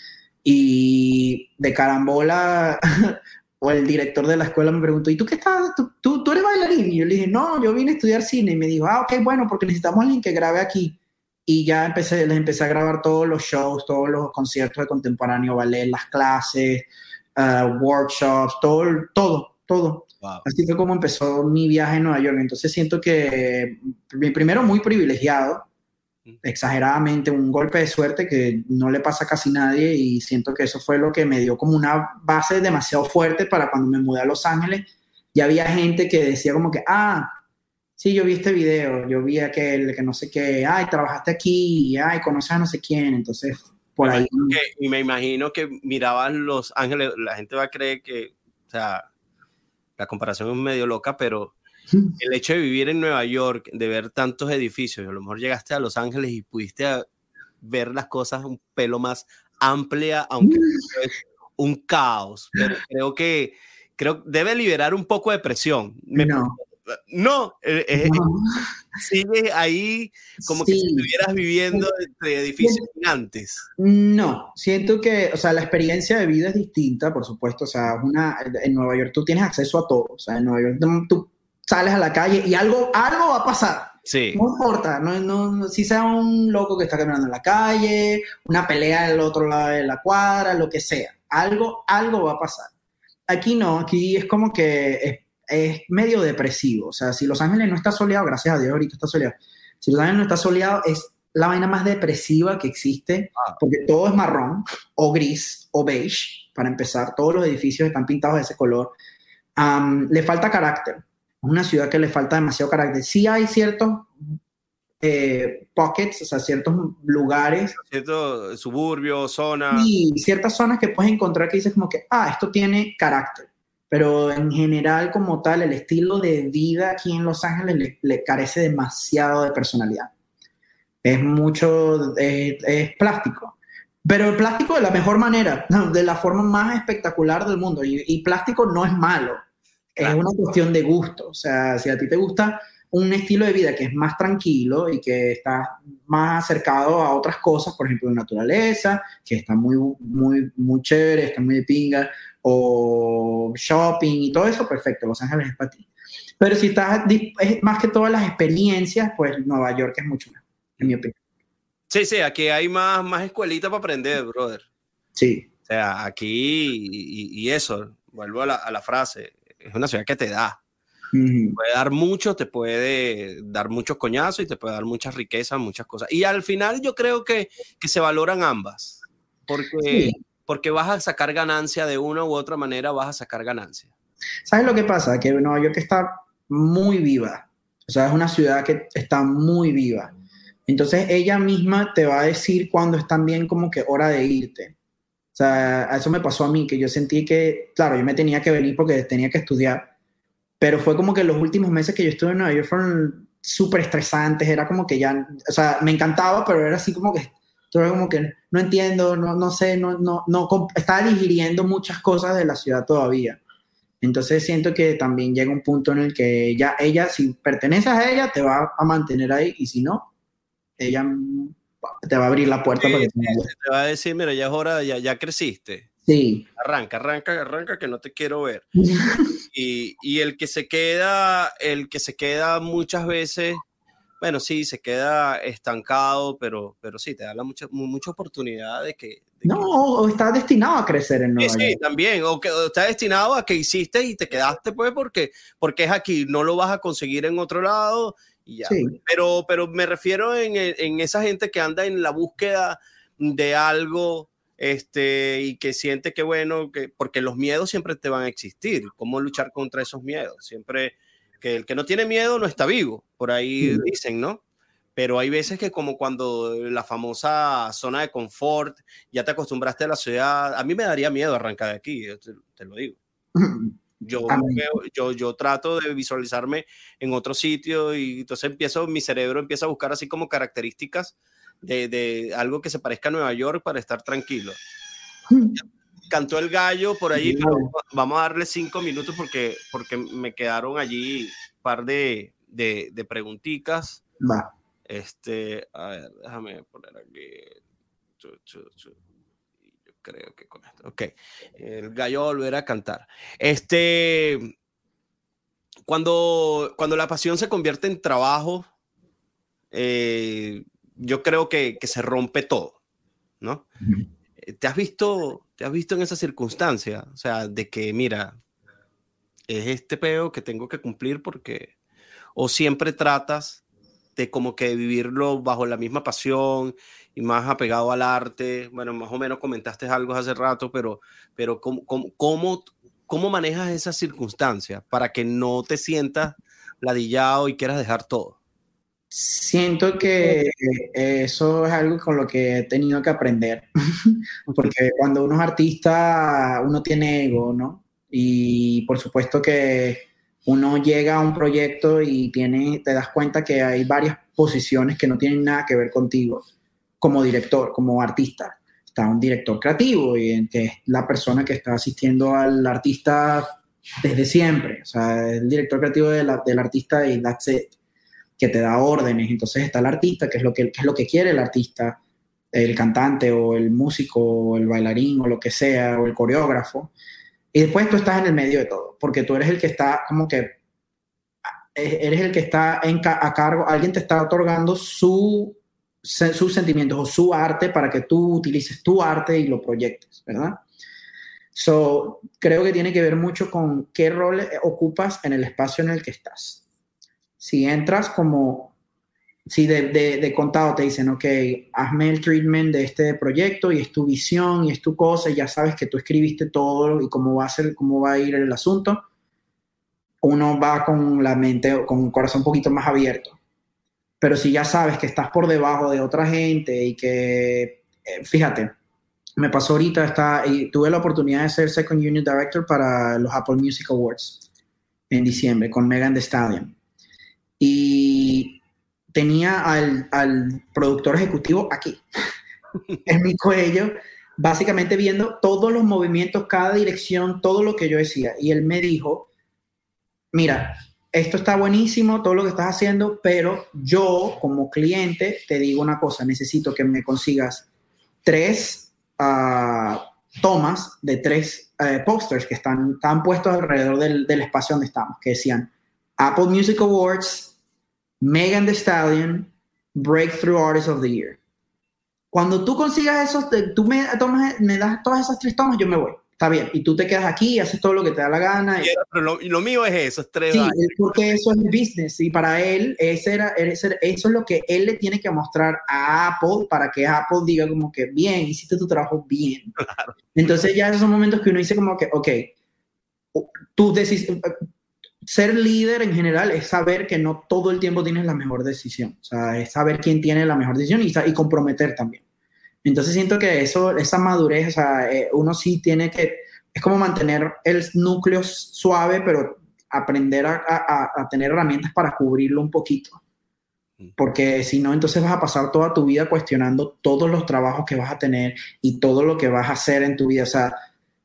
Speaker 2: y de carambola o el director de la escuela me preguntó, ¿y tú qué estás? ¿Tú, tú, tú eres bailarín? Y yo le dije, no, yo vine a estudiar cine y me dijo, ah, ok, bueno, porque necesitamos a alguien que grabe aquí y ya empecé, les empecé a grabar todos los shows, todos los conciertos de contemporáneo ballet, las clases, uh, workshops, todo, todo, todo. Wow. Así fue como empezó mi viaje en Nueva York. Entonces siento que primero muy privilegiado, exageradamente, un golpe de suerte que no le pasa a casi nadie y siento que eso fue lo que me dio como una base demasiado fuerte para cuando me mudé a Los Ángeles. Ya había gente que decía como que, ah, sí, yo vi este video, yo vi aquel que no sé qué, ay, trabajaste aquí, ay, conoces a no sé quién, entonces por ahí.
Speaker 1: Que, y me imagino que miraban Los Ángeles, la gente va a creer que, o sea, la comparación es medio loca, pero el hecho de vivir en Nueva York, de ver tantos edificios, a lo mejor llegaste a Los Ángeles y pudiste ver las cosas un pelo más amplia, aunque es un caos, pero creo que creo debe liberar un poco de presión. Me
Speaker 2: no.
Speaker 1: No, eh, eh,
Speaker 2: No.
Speaker 1: sigue ahí como
Speaker 2: Sí.
Speaker 1: que si estuvieras viviendo entre edificios gigantes.
Speaker 2: No, siento que, o sea, la experiencia de vida es distinta, por supuesto. O sea, una, en Nueva York tú tienes acceso a todo. O sea, en Nueva York tú, tú sales a la calle y algo, algo va a pasar.
Speaker 1: Sí.
Speaker 2: No importa, no, no, no, si sea un loco que está caminando en la calle, una pelea al otro lado de la cuadra, lo que sea. Algo, algo va a pasar. Aquí no, aquí es como que es, es medio depresivo. O sea, si Los Ángeles no está soleado, gracias a Dios ahorita está soleado. Si Los Ángeles no está soleado, es la vaina más depresiva que existe, porque todo es marrón, o gris, o beige, para empezar. Todos los edificios están pintados de ese color. Um, le falta carácter. Es una ciudad que le falta demasiado carácter. Sí hay ciertos eh, pockets, o sea, ciertos lugares.
Speaker 1: Cierto suburbio, zona.
Speaker 2: Y ciertas zonas que puedes encontrar que dices como que, ah, esto tiene carácter. Pero en general, como tal, el estilo de vida aquí en Los Ángeles le, le carece demasiado de personalidad. Es mucho, es, es plástico. Pero el plástico de la mejor manera, de la forma más espectacular del mundo. Y, y plástico no es malo, claro. Es una cuestión de gusto. O sea, si a ti te gusta un estilo de vida que es más tranquilo y que está más acercado a otras cosas, por ejemplo, la naturaleza, que está muy, muy, muy chévere, está muy de pinga, o shopping y todo eso, perfecto, Los Ángeles es para ti. Pero si estás, es más que todas las experiencias, pues Nueva York es mucho mejor, en mi opinión.
Speaker 1: Sí, sí, aquí hay más, más escuelita para aprender, brother.
Speaker 2: Sí.
Speaker 1: O sea, aquí, y, y eso, vuelvo a la, a la frase, es una ciudad que te da.
Speaker 2: Mm.
Speaker 1: Te puede dar mucho, te puede dar muchos coñazos y te puede dar muchas riquezas, muchas cosas. Y al final yo creo que, que se valoran ambas, porque, sí. porque vas a sacar ganancia de una u otra manera, vas a sacar ganancia.
Speaker 2: ¿Sabes lo que pasa? Que Nueva York está muy viva. O sea, es una ciudad que está muy viva. Entonces ella misma te va a decir cuando es también como que hora de irte. O sea, a eso me pasó a mí, que yo sentí que, claro, yo me tenía que venir porque tenía que estudiar, pero fue como que los últimos meses que yo estuve en Nueva York fueron súper estresantes, era como que ya, o sea, me encantaba, pero era así como que, era como que no entiendo, no, no sé, no, no, no, estaba digiriendo muchas cosas de la ciudad todavía. Entonces siento que también llega un punto en el que ya ella, si perteneces a ella, te va a mantener ahí, y si no, ella te va a abrir la puerta.
Speaker 1: Sí,
Speaker 2: para que
Speaker 1: te, te va a decir, mira, ya es hora, ya, ya creciste.
Speaker 2: Sí.
Speaker 1: Arranca, arranca, arranca, que no te quiero ver. y, y el que se queda, el que se queda muchas veces, bueno, sí, se queda estancado, pero, pero sí, te da la mucha, mucha oportunidad de que... De
Speaker 2: no,
Speaker 1: que...
Speaker 2: o está destinado a crecer en Nueva
Speaker 1: sí,
Speaker 2: York.
Speaker 1: Sí, también, o que o está destinado a que hiciste y te quedaste, pues, porque, porque es aquí, no lo vas a conseguir en otro lado. Y ya. Sí. Pero, pero me refiero en, en esa gente que anda en la búsqueda de algo este, y que siente que bueno, que, porque los miedos siempre te van a existir. ¿Cómo luchar contra esos miedos? Siempre que el que no tiene miedo no está vivo, por ahí sí. Dicen, ¿no? Pero hay veces que como cuando la famosa zona de confort, ya te acostumbraste a la ciudad, a mí me daría miedo arrancar de aquí, te, te lo digo. Yo, veo, yo, yo trato de visualizarme en otro sitio y entonces empiezo, mi cerebro empieza a buscar así como características de, de algo que se parezca a Nueva York para estar tranquilo. Cantó el gallo por ahí, pero vamos a darle cinco minutos porque, porque me quedaron allí un par de, de, de preguntitas.
Speaker 2: Va.
Speaker 1: Este, a ver, déjame poner aquí. Chu, chu, chu. Creo que con esto. Ok. El gallo va a volver a cantar. Este. Cuando, cuando la pasión se convierte en trabajo, eh, yo creo que, que se rompe todo, ¿no? Uh-huh. ¿Te has visto, te has visto en esa circunstancia? O sea, de que, mira, es este peo que tengo que cumplir porque. O siempre tratas de como que vivirlo bajo la misma pasión y más apegado al arte. Bueno, más o menos comentaste algo hace rato, pero, pero ¿cómo, cómo, cómo, cómo manejas esas circunstancias para que no te sientas ladillado y quieras dejar todo?
Speaker 2: Siento que eso es algo con lo que he tenido que aprender, porque cuando uno es artista, uno tiene ego, ¿no? Y por supuesto que uno llega a un proyecto y tiene, te das cuenta que hay varias posiciones que no tienen nada que ver contigo como director, como artista. Está un director creativo, y que es la persona que está asistiendo al artista desde siempre. O sea, el director creativo de la, del artista y that's it, que te da órdenes. Entonces está el artista, que es lo que, que es lo que quiere el artista, el cantante o el músico o el bailarín o lo que sea, o el coreógrafo. Y después tú estás en el medio de todo, porque tú eres el que está como que, eres el que está en, a cargo, alguien te está otorgando su, sus sentimientos o su arte para que tú utilices tu arte y lo proyectes, ¿verdad? So, creo que tiene que ver mucho con qué rol ocupas en el espacio en el que estás. Si entras como, si de, de, de contado te dicen, ok, hazme el treatment de este proyecto y es tu visión y es tu cosa y ya sabes que tú escribiste todo y cómo va a ser, cómo va a ir el asunto, uno va con la mente, con un corazón un poquito más abierto. Pero si ya sabes que estás por debajo de otra gente y que, eh, fíjate, me pasó ahorita, está, y tuve la oportunidad de ser Second Unit Director para los Apple Music Awards en diciembre con Megan Thee Stallion. Y tenía al, al productor ejecutivo aquí, en mi cuello, básicamente viendo todos los movimientos, cada dirección, todo lo que yo decía. Y él me dijo, mira, esto está buenísimo, todo lo que estás haciendo, pero yo, como cliente, te digo una cosa, necesito que me consigas tres uh, tomas de tres uh, posters que están, están puestos alrededor del, del espacio donde estamos, que decían Apple Music Awards, Megan Thee Stallion, Breakthrough Artist of the Year. Cuando tú consigas esos, tú me, tomas, me das todas esas tres tomas, yo me voy. Está bien, y tú te quedas aquí y haces todo lo que te da la gana.
Speaker 1: Y, pero lo, lo mío es eso, es tres
Speaker 2: Sí,
Speaker 1: años.
Speaker 2: porque eso es business, y para él, ese era, ese, eso es lo que él le tiene que mostrar a Apple para que Apple diga como que, bien, hiciste tu trabajo bien.
Speaker 1: Claro.
Speaker 2: Entonces ya esos son momentos que uno dice como que, ok, tú decis- ser líder en general es saber que no todo el tiempo tienes la mejor decisión. O sea, es saber quién tiene la mejor decisión y, y comprometer también. Entonces siento que eso, esa madurez, o sea, eh, uno sí tiene que, es como mantener el núcleo suave, pero aprender a, a, a tener herramientas para cubrirlo un poquito. Porque si no, entonces vas a pasar toda tu vida cuestionando todos los trabajos que vas a tener y todo lo que vas a hacer en tu vida. O sea,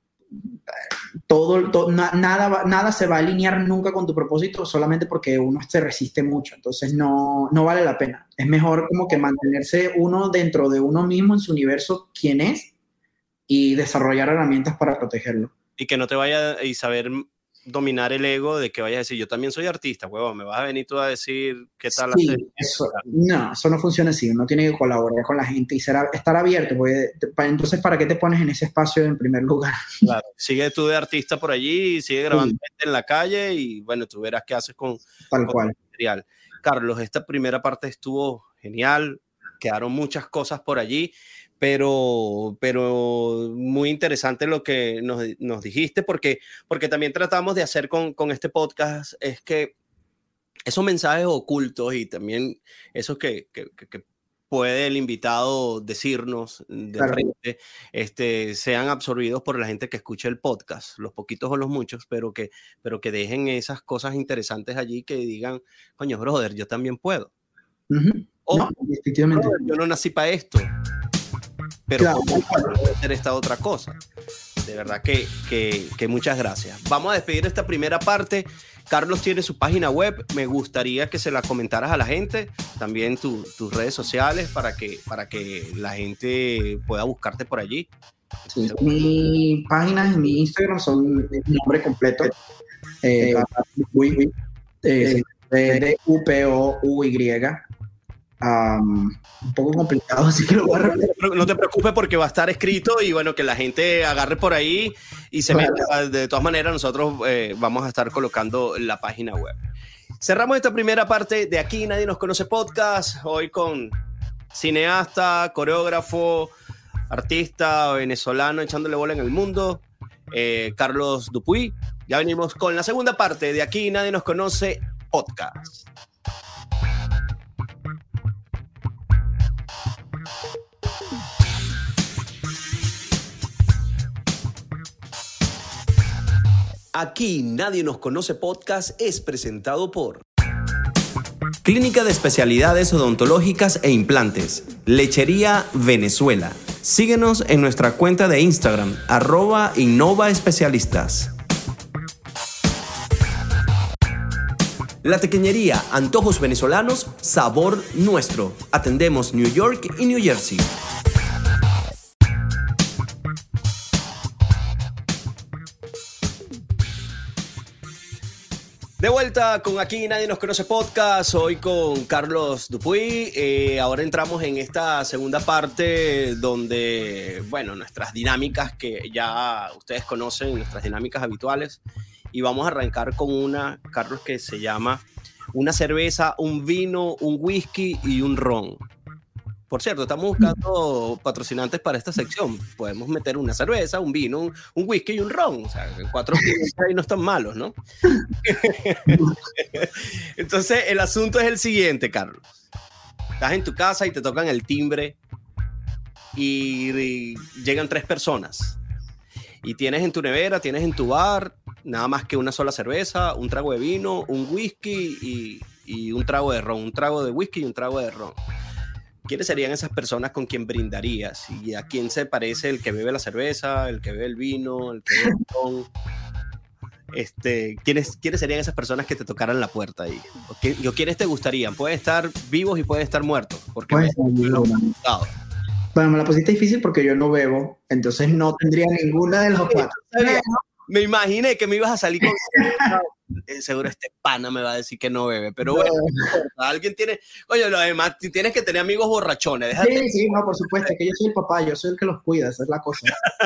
Speaker 2: todo, todo na, nada, nada se va a alinear nunca con tu propósito solamente porque uno se resiste mucho. Entonces no, no vale la pena. Es mejor como que mantenerse uno dentro de uno mismo en su universo, quién es, y desarrollar herramientas para protegerlo.
Speaker 1: Y que no te vaya y saber dominar el ego de que vayas a decir, yo también soy artista, huevón, me vas a venir tú a decir qué tal
Speaker 2: sí,
Speaker 1: hacer.
Speaker 2: Eso, no, eso no funciona así. Uno tiene que colaborar con la gente y ser, estar abierto. Porque, entonces, ¿para qué te pones en ese espacio en primer lugar?
Speaker 1: Claro, sigue tú de artista por allí, sigue grabando sí. en la calle y bueno, tú verás qué haces con,
Speaker 2: Tal
Speaker 1: con
Speaker 2: cual.
Speaker 1: el material. Carlos, esta primera parte estuvo genial, quedaron muchas cosas por allí, pero, pero muy interesante lo que nos, nos dijiste, porque, porque también tratamos de hacer con, con este podcast es que esos mensajes ocultos y también esos que, que, que puede el invitado decirnos de claro. frente, este, sean absorbidos por la gente que escucha el podcast, los poquitos o los muchos, pero que, pero que dejen esas cosas interesantes allí que digan, coño, brother, yo también puedo.
Speaker 2: Uh-huh.
Speaker 1: O,
Speaker 2: no, efectivamente.
Speaker 1: Brother, yo no nací para esto, pero
Speaker 2: claro.
Speaker 1: puedo hacer esta otra cosa. De verdad que, que, que muchas gracias. Vamos a despedir esta primera parte. Carlos tiene su página web. Me gustaría que se la comentaras a la gente. También tu, tus redes sociales para que, para que la gente pueda buscarte por allí.
Speaker 2: Sí, mi página y mi Instagram son mi nombre completo. Eh, eh, D U P O U Y. Um, un poco complicado, así que lo voy a repetir.
Speaker 1: No te preocupes porque va a estar escrito y bueno, que la gente agarre por ahí y se claro. meta. De todas maneras, nosotros eh, vamos a estar colocando la página web. Cerramos esta primera parte de Aquí Nadie Nos Conoce Podcast, hoy con cineasta, coreógrafo, artista venezolano echándole bola en el mundo, eh, Carlos Dupuy. Ya venimos con la segunda parte de Aquí Nadie Nos Conoce Podcast. Aquí Nadie Nos Conoce Podcast es presentado por Clínica de Especialidades Odontológicas e Implantes, Lechería Venezuela. Síguenos en nuestra cuenta de Instagram, arroba Innova Especialistas. La Tequeñería, antojos venezolanos, sabor nuestro. Atendemos New York y New Jersey. De vuelta con Aquí Nadie Nos Conoce Podcast, hoy con Carlos Dupuy. Eh, ahora entramos en esta segunda parte donde, bueno, nuestras dinámicas que ya ustedes conocen, nuestras dinámicas habituales. Y vamos a arrancar con una, Carlos, que se llama una cerveza, un vino, un whisky y un ron. Por cierto, estamos buscando patrocinantes para esta sección. Podemos meter una cerveza, un vino, un, un whisky y un ron. O sea, cuatro kilos ahí no están malos, ¿no? Entonces, el asunto es el siguiente, Carlos. Estás en tu casa y te tocan el timbre y, y llegan tres personas. Y tienes en tu nevera, tienes en tu bar, nada más que una sola cerveza, un trago de vino, un whisky y, y un trago de ron. Un trago de whisky y un trago de ron. ¿Quiénes serían esas personas con quien brindarías? ¿Y a quién se parece el que bebe la cerveza, el que bebe el vino, el que bebe el ron? Este, ¿quiénes, ¿Quiénes serían esas personas que te tocaran la puerta ahí? ¿O, qué, ¿O quiénes te gustarían? Pueden estar vivos y pueden estar muertos. Porque
Speaker 2: pues,
Speaker 1: me, me lo he preguntado.
Speaker 2: Bueno, me la pusiste difícil porque yo no bebo, entonces no tendría ninguna de los cuatro.
Speaker 1: Me imaginé que me ibas a salir con... Seguro este pana me va a decir que no bebe, pero bueno, no. Alguien tiene... Oye, lo demás, tienes que tener amigos borrachones. Déjate.
Speaker 2: Sí, sí, no, por supuesto, que yo soy el papá, yo soy el que los cuida, esa es la cosa.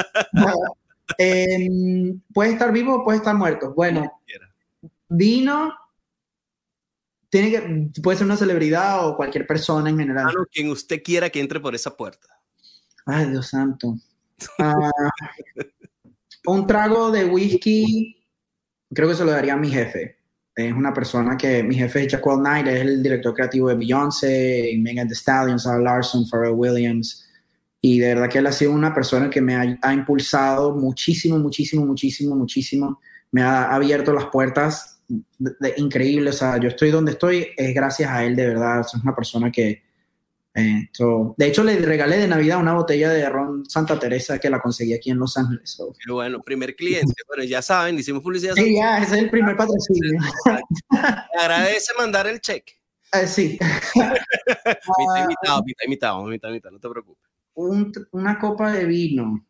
Speaker 2: eh, ¿Puede estar vivo o puede estar muerto? Bueno, vino... Tiene que, puede ser una celebridad o cualquier persona en general.
Speaker 1: Claro, quien usted quiera que entre por esa puerta.
Speaker 2: Ay, Dios santo. Uh, un trago de whisky, creo que se lo daría a mi jefe. Es una persona que, mi jefe es Jaquel Knight, es el director creativo de Beyoncé, Megan Thee Stallion, Sarah Larson, Pharrell Williams. Y de verdad que él ha sido una persona que me ha, ha impulsado muchísimo, muchísimo, muchísimo, muchísimo. Me ha abierto las puertas de, de, increíble. O sea, yo estoy donde estoy es gracias a él, de verdad. Es una persona que... Eh, so, de hecho, le regalé de Navidad una botella de ron Santa Teresa que la conseguí aquí en Los Ángeles. So.
Speaker 1: Pero bueno, primer cliente. Bueno, ya saben, hicimos publicidad.
Speaker 2: Sí, ya, ese es el primer patrocinio.
Speaker 1: Me agradece mandar el cheque.
Speaker 2: Uh, sí.
Speaker 1: Mitad invitado, mitad invitado, mitad invitado, no te preocupes.
Speaker 2: Un, una copa de vino.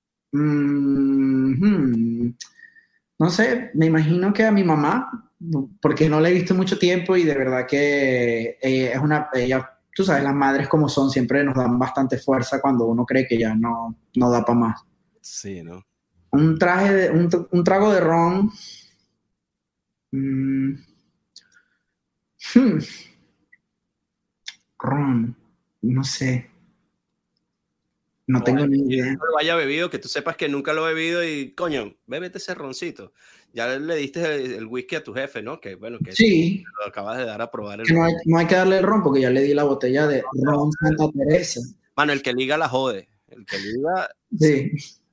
Speaker 2: Mm-hmm. No sé, me imagino que a mi mamá, porque no la he visto mucho tiempo y de verdad que eh, es una... Ella, tú sabes, las madres como son, siempre nos dan bastante fuerza cuando uno cree que ya no, no da para más.
Speaker 1: Sí, ¿no?
Speaker 2: Un traje de, un, un trago de ron. Mm. Hmm. Ron. No sé. No tengo
Speaker 1: bueno,
Speaker 2: ni idea.
Speaker 1: Que no lo haya bebido, que tú sepas que nunca lo he bebido y, coño, bébete ese roncito. Ya le diste el, el whisky a tu jefe, ¿no? Que, bueno, que
Speaker 2: sí.
Speaker 1: Lo acabas de dar a probar. El
Speaker 2: que no, hay, no hay que darle el ron porque ya le di la botella de ron Santa Teresa.
Speaker 1: Mano, el que liga la jode. El que liga...
Speaker 2: Sí.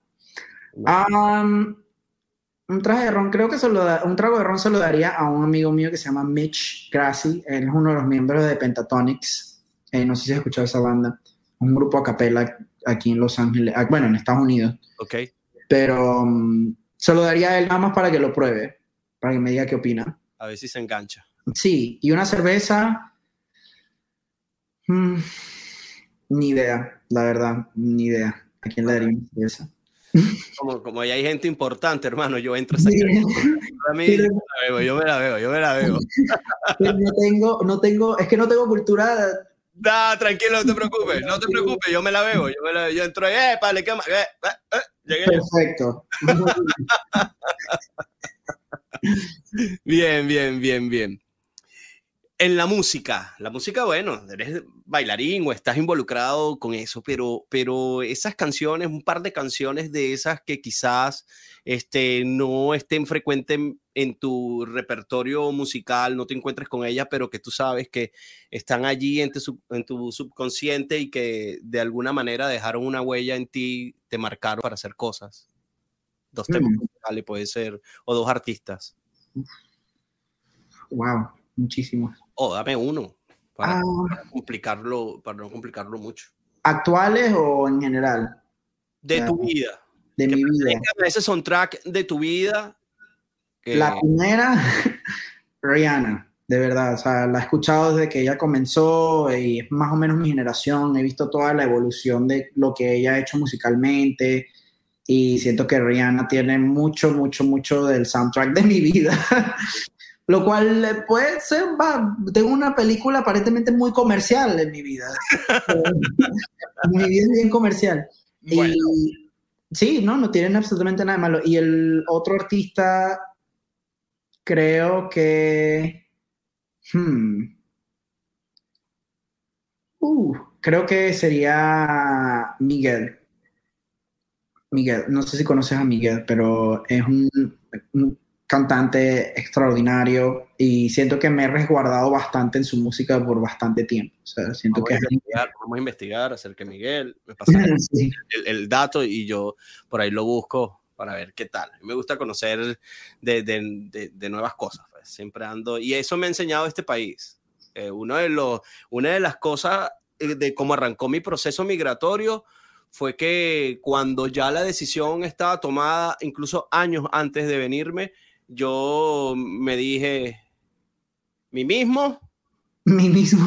Speaker 2: Um, un traje de ron, creo que se lo da, un trago de ron se lo daría a un amigo mío que se llama Mitch Grassi. Él es uno de los miembros de Pentatonix. Eh, no sé si has escuchado esa banda. Un grupo a capela aquí en Los Ángeles, bueno, en Estados Unidos.
Speaker 1: Ok.
Speaker 2: Pero um, se lo daría a él nada más para que lo pruebe, para que me diga qué opina.
Speaker 1: A ver si se engancha.
Speaker 2: Sí, y una cerveza, hmm, ni idea, la verdad, ni idea. ¿A quién le daría una cerveza?
Speaker 1: Como, como ahí hay gente importante, hermano, yo entro a esa a mí, yo me la bebo, yo me la bebo, yo me la bebo.
Speaker 2: No tengo, no tengo, es que no tengo cultura...
Speaker 1: No, tranquilo, no te preocupes, no te preocupes, yo me la bebo, yo, me la, yo entro ahí, eh, le quema, eh, eh, eh, llegué.
Speaker 2: Perfecto.
Speaker 1: Bien, bien, bien, bien. En la música, la música, bueno, eres bailarín o estás involucrado con eso, pero, pero esas canciones, un par de canciones de esas que quizás este, no estén frecuentes en, en tu repertorio musical, no te encuentres con ellas, pero que tú sabes que están allí en tu, sub, en tu subconsciente y que de alguna manera dejaron una huella en ti, te marcaron para hacer cosas. Dos temas mm. musicales puede ser, o dos artistas.
Speaker 2: Wow, muchísimos.
Speaker 1: O oh, dame uno para,
Speaker 2: ah,
Speaker 1: para complicarlo, para no complicarlo mucho.
Speaker 2: ¿Actuales o en general?
Speaker 1: De uh, tu vida.
Speaker 2: De
Speaker 1: que
Speaker 2: mi vida.
Speaker 1: Ese soundtrack de tu vida. Que...
Speaker 2: La primera, Rihanna. de verdad. O sea, la he escuchado desde que ella comenzó y es más o menos mi generación. He visto toda la evolución de lo que ella ha hecho musicalmente y siento que Rihanna tiene mucho, mucho, mucho del soundtrack de mi vida. Lo cual puede ser, va, tengo una película aparentemente muy comercial en mi vida. Mi vida es bien comercial.
Speaker 1: Bueno.
Speaker 2: Y sí, no, no tienen absolutamente nada de malo. Y el otro artista, creo que... Hmm, uh, creo que sería Miguel. Miguel, no sé si conoces a Miguel, pero es un, un cantante extraordinario y siento que me he resguardado bastante en su música por bastante tiempo. O sea, siento
Speaker 1: Vamos
Speaker 2: que
Speaker 1: a
Speaker 2: es
Speaker 1: investigar, vamos a investigar acerca de Miguel. Me pasa
Speaker 2: sí.
Speaker 1: el, el dato y yo por ahí lo busco para ver qué tal. Me gusta conocer de, de, de, de nuevas cosas. Pues. Siempre ando. Y eso me ha enseñado este país. Eh, uno de los, una de las cosas de cómo arrancó mi proceso migratorio fue que cuando ya la decisión estaba tomada, incluso años antes de venirme, yo me dije, mí mismo,
Speaker 2: Mí mismo.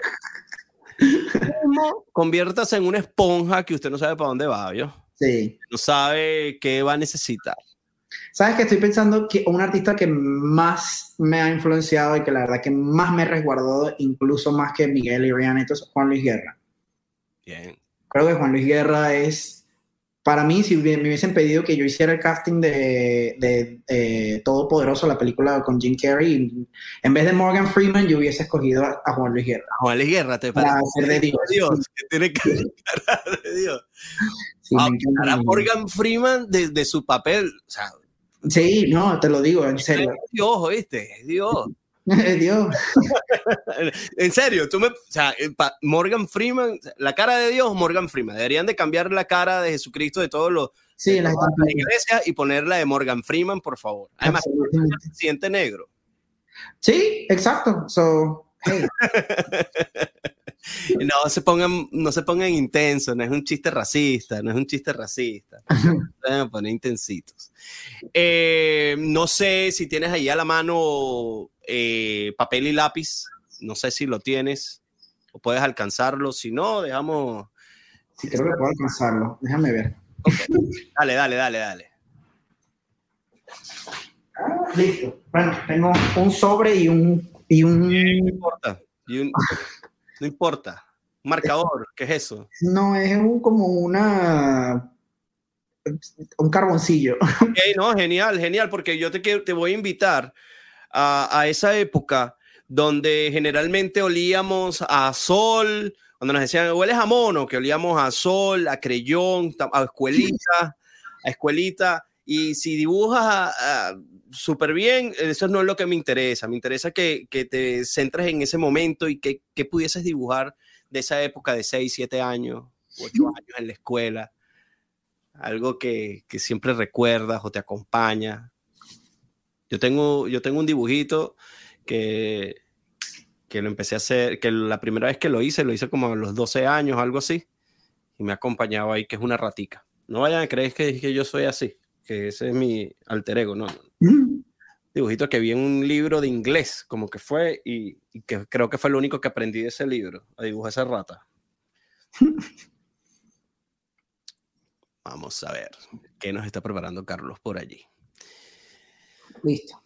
Speaker 1: mismo, conviértase en una esponja que usted no sabe para dónde va, ¿yo?
Speaker 2: Sí.
Speaker 1: No sabe qué va a necesitar.
Speaker 2: ¿Sabes que estoy pensando que un artista que más me ha influenciado y que la verdad que más me he resguardado, incluso más que Miguel y Rihanna, entonces Juan Luis Guerra?
Speaker 1: Bien.
Speaker 2: Creo que Juan Luis Guerra es, para mí, si me hubiesen pedido que yo hiciera el casting de, de, de Todopoderoso, la película con Jim Carrey, en vez de Morgan Freeman, yo hubiese escogido a, a Juan Luis Guerra.
Speaker 1: Juan Luis Guerra, ¿te
Speaker 2: para
Speaker 1: parece?
Speaker 2: hacer de Dios.
Speaker 1: Dios,
Speaker 2: Sí.
Speaker 1: que tiene cara de Dios.
Speaker 2: Sí,
Speaker 1: Ah,
Speaker 2: me encanta.
Speaker 1: a Morgan Freeman de, de su papel, o sea,
Speaker 2: sí, no, te lo digo, en serio.
Speaker 1: Dios, ¿viste? Dios.
Speaker 2: Dios.
Speaker 1: En serio, tú me, o sea, Morgan Freeman, la cara de Dios, Morgan Freeman. Deberían de cambiar la cara de Jesucristo de todos los
Speaker 2: sí,
Speaker 1: de
Speaker 2: la
Speaker 1: todas las iglesias y ponerla de Morgan Freeman, por favor. Además, se siente negro.
Speaker 2: Sí, exacto. So, hey.
Speaker 1: No se pongan, no se pongan intensos, no es un chiste racista, no es un chiste racista. Se van a poner intensitos. Eh, no sé si tienes ahí a la mano eh, papel y lápiz, no sé si lo tienes o puedes alcanzarlo, si no, dejamos...
Speaker 2: Sí, creo que puedo alcanzarlo, déjame ver.
Speaker 1: Okay. Dale, dale, dale, dale.
Speaker 2: Ah, listo. Bueno, tengo un sobre y un... Y un...
Speaker 1: No importa, y un... no importa. Un marcador, ¿qué es eso?
Speaker 2: No, es un, como una... un carboncillo.
Speaker 1: Okay, no, genial, genial, porque yo te, te voy a invitar a, a esa época donde generalmente olíamos a sol, cuando nos decían, hueles a mono, que olíamos a sol, a creyón, a escuelita, a escuelita, y si dibujas uh, súper bien, eso no es lo que me interesa, me interesa que, que te centres en ese momento y que, que pudieses dibujar de esa época de seis, siete años, ocho años en la escuela, algo que, que siempre recuerdas o te acompaña. Yo tengo, yo tengo un dibujito que, que lo empecé a hacer, que la primera vez que lo hice, lo hice como a los doce años, algo así, y me acompañaba ahí, que es una ratica. No vayan a creer que, que yo soy así, que ese es mi alter ego, no, no. Mm. Dibujito que vi en un libro de inglés, como que fue, y, y que creo que fue lo único que aprendí de ese libro, a dibujar esa rata. Vamos a ver qué nos está preparando Carlos por allí.
Speaker 2: Listo.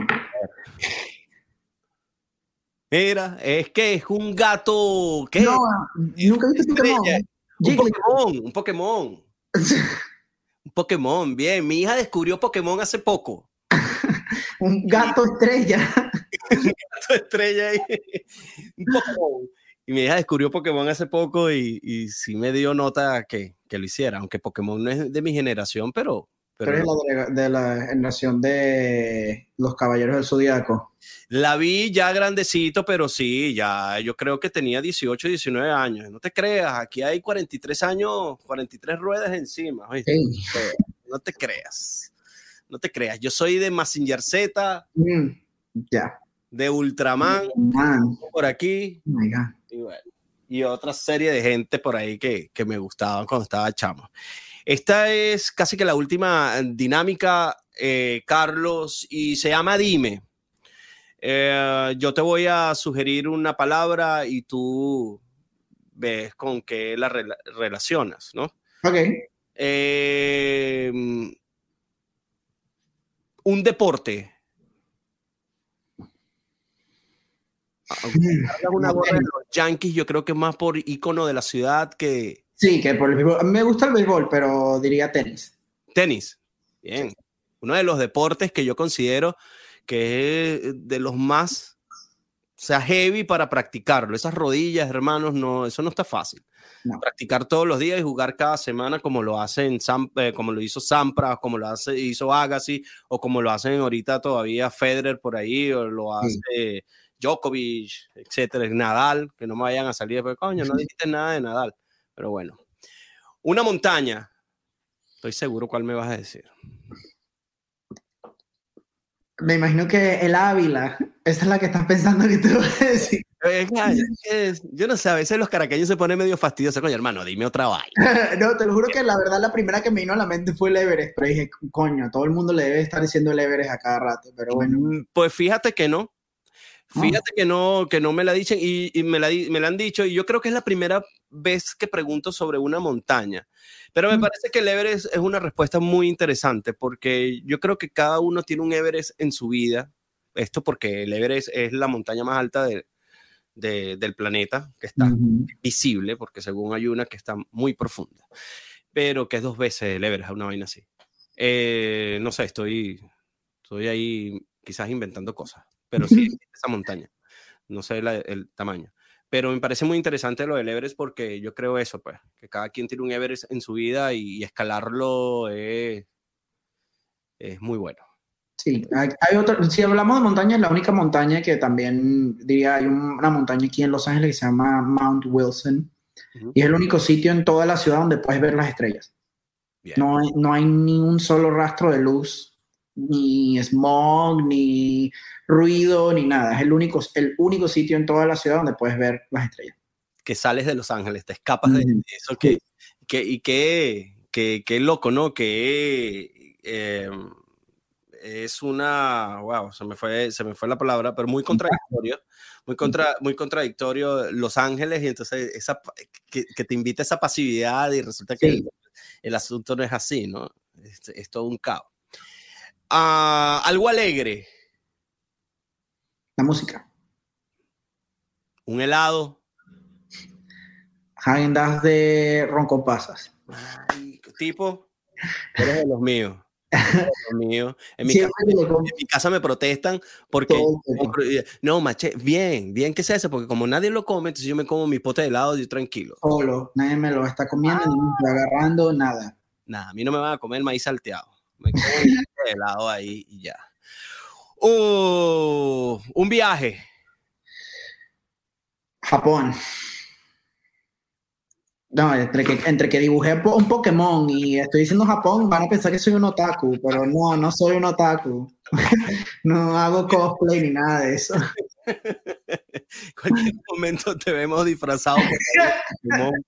Speaker 1: Mira, es que es un gato. ¿Qué?
Speaker 2: No, nunca he visto Pokémon.
Speaker 1: Un Pokémon, un Pokémon. Un Pokémon, bien. Mi hija descubrió Pokémon hace poco.
Speaker 2: Un gato estrella.
Speaker 1: Un gato estrella ahí. Un Pokémon. Y mi hija descubrió Pokémon hace poco y, y sí me dio nota que, que lo hiciera, aunque Pokémon no es de mi generación, pero...
Speaker 2: Pero, pero es la de, de la generación de los Caballeros del Zodiaco.
Speaker 1: La vi ya grandecito, pero sí, ya yo creo que tenía dieciocho, diecinueve años. No te creas, aquí hay cuarenta y tres años, cuarenta y tres ruedas encima. ¿Viste? Sí. No te creas, no te creas. Yo soy de Mazinger Z,
Speaker 2: mm, ya, yeah.
Speaker 1: de Ultraman,
Speaker 2: Man.
Speaker 1: por aquí.
Speaker 2: Oh my God.
Speaker 1: Y, bueno, y otra serie de gente por ahí que, que me gustaban cuando estaba chamo. Esta es casi que la última dinámica, eh, Carlos, y se llama Dime. Eh, yo te voy a sugerir una palabra y tú ves con qué la rela relacionas, ¿no?
Speaker 2: Ok.
Speaker 1: Eh, un deporte. Una gorra de los Yankees, yo creo que es más por icono de la ciudad que...
Speaker 2: Sí, que por el béisbol. Me gusta el béisbol, pero diría tenis.
Speaker 1: Tenis. Bien. Sí. Uno de los deportes que yo considero que es de los más, o sea, heavy para practicarlo. Esas rodillas, hermanos, no, eso no está fácil. No. Practicar todos los días y jugar cada semana como lo hacen, eh, como lo hizo Sampras, como lo hace, hizo Agassi, o como lo hacen ahorita todavía Federer por ahí, o lo hace... Sí. Djokovic, etcétera, Nadal, que no me vayan a salir, pero coño, no dijiste nada de Nadal. Pero bueno, una montaña, estoy seguro cuál me vas a decir.
Speaker 2: Me imagino que el Ávila, esa es la que estás pensando que te voy a decir.
Speaker 1: Yo no sé, a veces los caraqueños se ponen medio fastidiosos, coño, hermano, dime otra vaina.
Speaker 2: No, te lo juro que la verdad la primera que me vino a la mente fue el Everest, pero dije, coño, a todo el mundo le debe estar diciendo el Everest a cada rato, pero bueno.
Speaker 1: Pues fíjate que no. Fíjate que no, que no me la dicen y, y me, la, me la han dicho y yo creo que es la primera vez que pregunto sobre una montaña. Pero me mm. parece que el Everest es una respuesta muy interesante porque yo creo que cada uno tiene un Everest en su vida. Esto porque el Everest es la montaña más alta de, de, del planeta, que está mm-hmm. visible, porque según hay una que está muy profunda, pero que es dos veces el Everest, una vaina así. Eh, no sé, estoy, estoy ahí quizás inventando cosas. Pero sí, esa montaña, no sé la, el tamaño. Pero me parece muy interesante lo del Everest porque yo creo eso, pues, que cada quien tiene un Everest en su vida y, y escalarlo es, es muy bueno.
Speaker 2: Sí, hay, hay otro, si hablamos de montañas, la única montaña que también diría, hay un, una montaña aquí en Los Ángeles que se llama Mount Wilson, uh-huh. y es el único sitio en toda la ciudad donde puedes ver las estrellas. No hay, no hay ni un solo rastro de luz, ni smog, ni ruido, ni nada. Es el único, el único sitio en toda la ciudad donde puedes ver las estrellas.
Speaker 1: Que sales de Los Ángeles, te escapas mm-hmm. de eso. Que, sí. que, y qué que, que loco, ¿no? Que eh, es una... Wow, se me, fue, se me fue la palabra, pero muy contradictorio. Muy, contra, muy contradictorio Los Ángeles y entonces esa, que, que te invita a esa pasividad y resulta que sí. el, el asunto no es así, ¿no? Es, es todo un caos. Uh, algo alegre.
Speaker 2: La música.
Speaker 1: Un helado.
Speaker 2: Häagen-Dazs de Roncopasas.
Speaker 1: Ay, tipo, eres de los míos. De los míos. En, mi casa, en mi casa me protestan porque no, maché, bien, bien que sea eso, porque como nadie lo come, entonces yo me como mi pote de helado yo tranquilo.
Speaker 2: Solo, nadie me lo está comiendo, ah. ni me está agarrando, nada.
Speaker 1: Nada, a mí no me van a comer maíz salteado. Me quedo de helado ahí y ya. Uh, un viaje.
Speaker 2: Japón. No, entre que, entre que dibujé un Pokémon y estoy diciendo Japón, van a pensar que soy un otaku, pero no, no soy un otaku. No hago cosplay ni nada de eso.
Speaker 1: Cualquier momento te vemos disfrazado por Pokémon.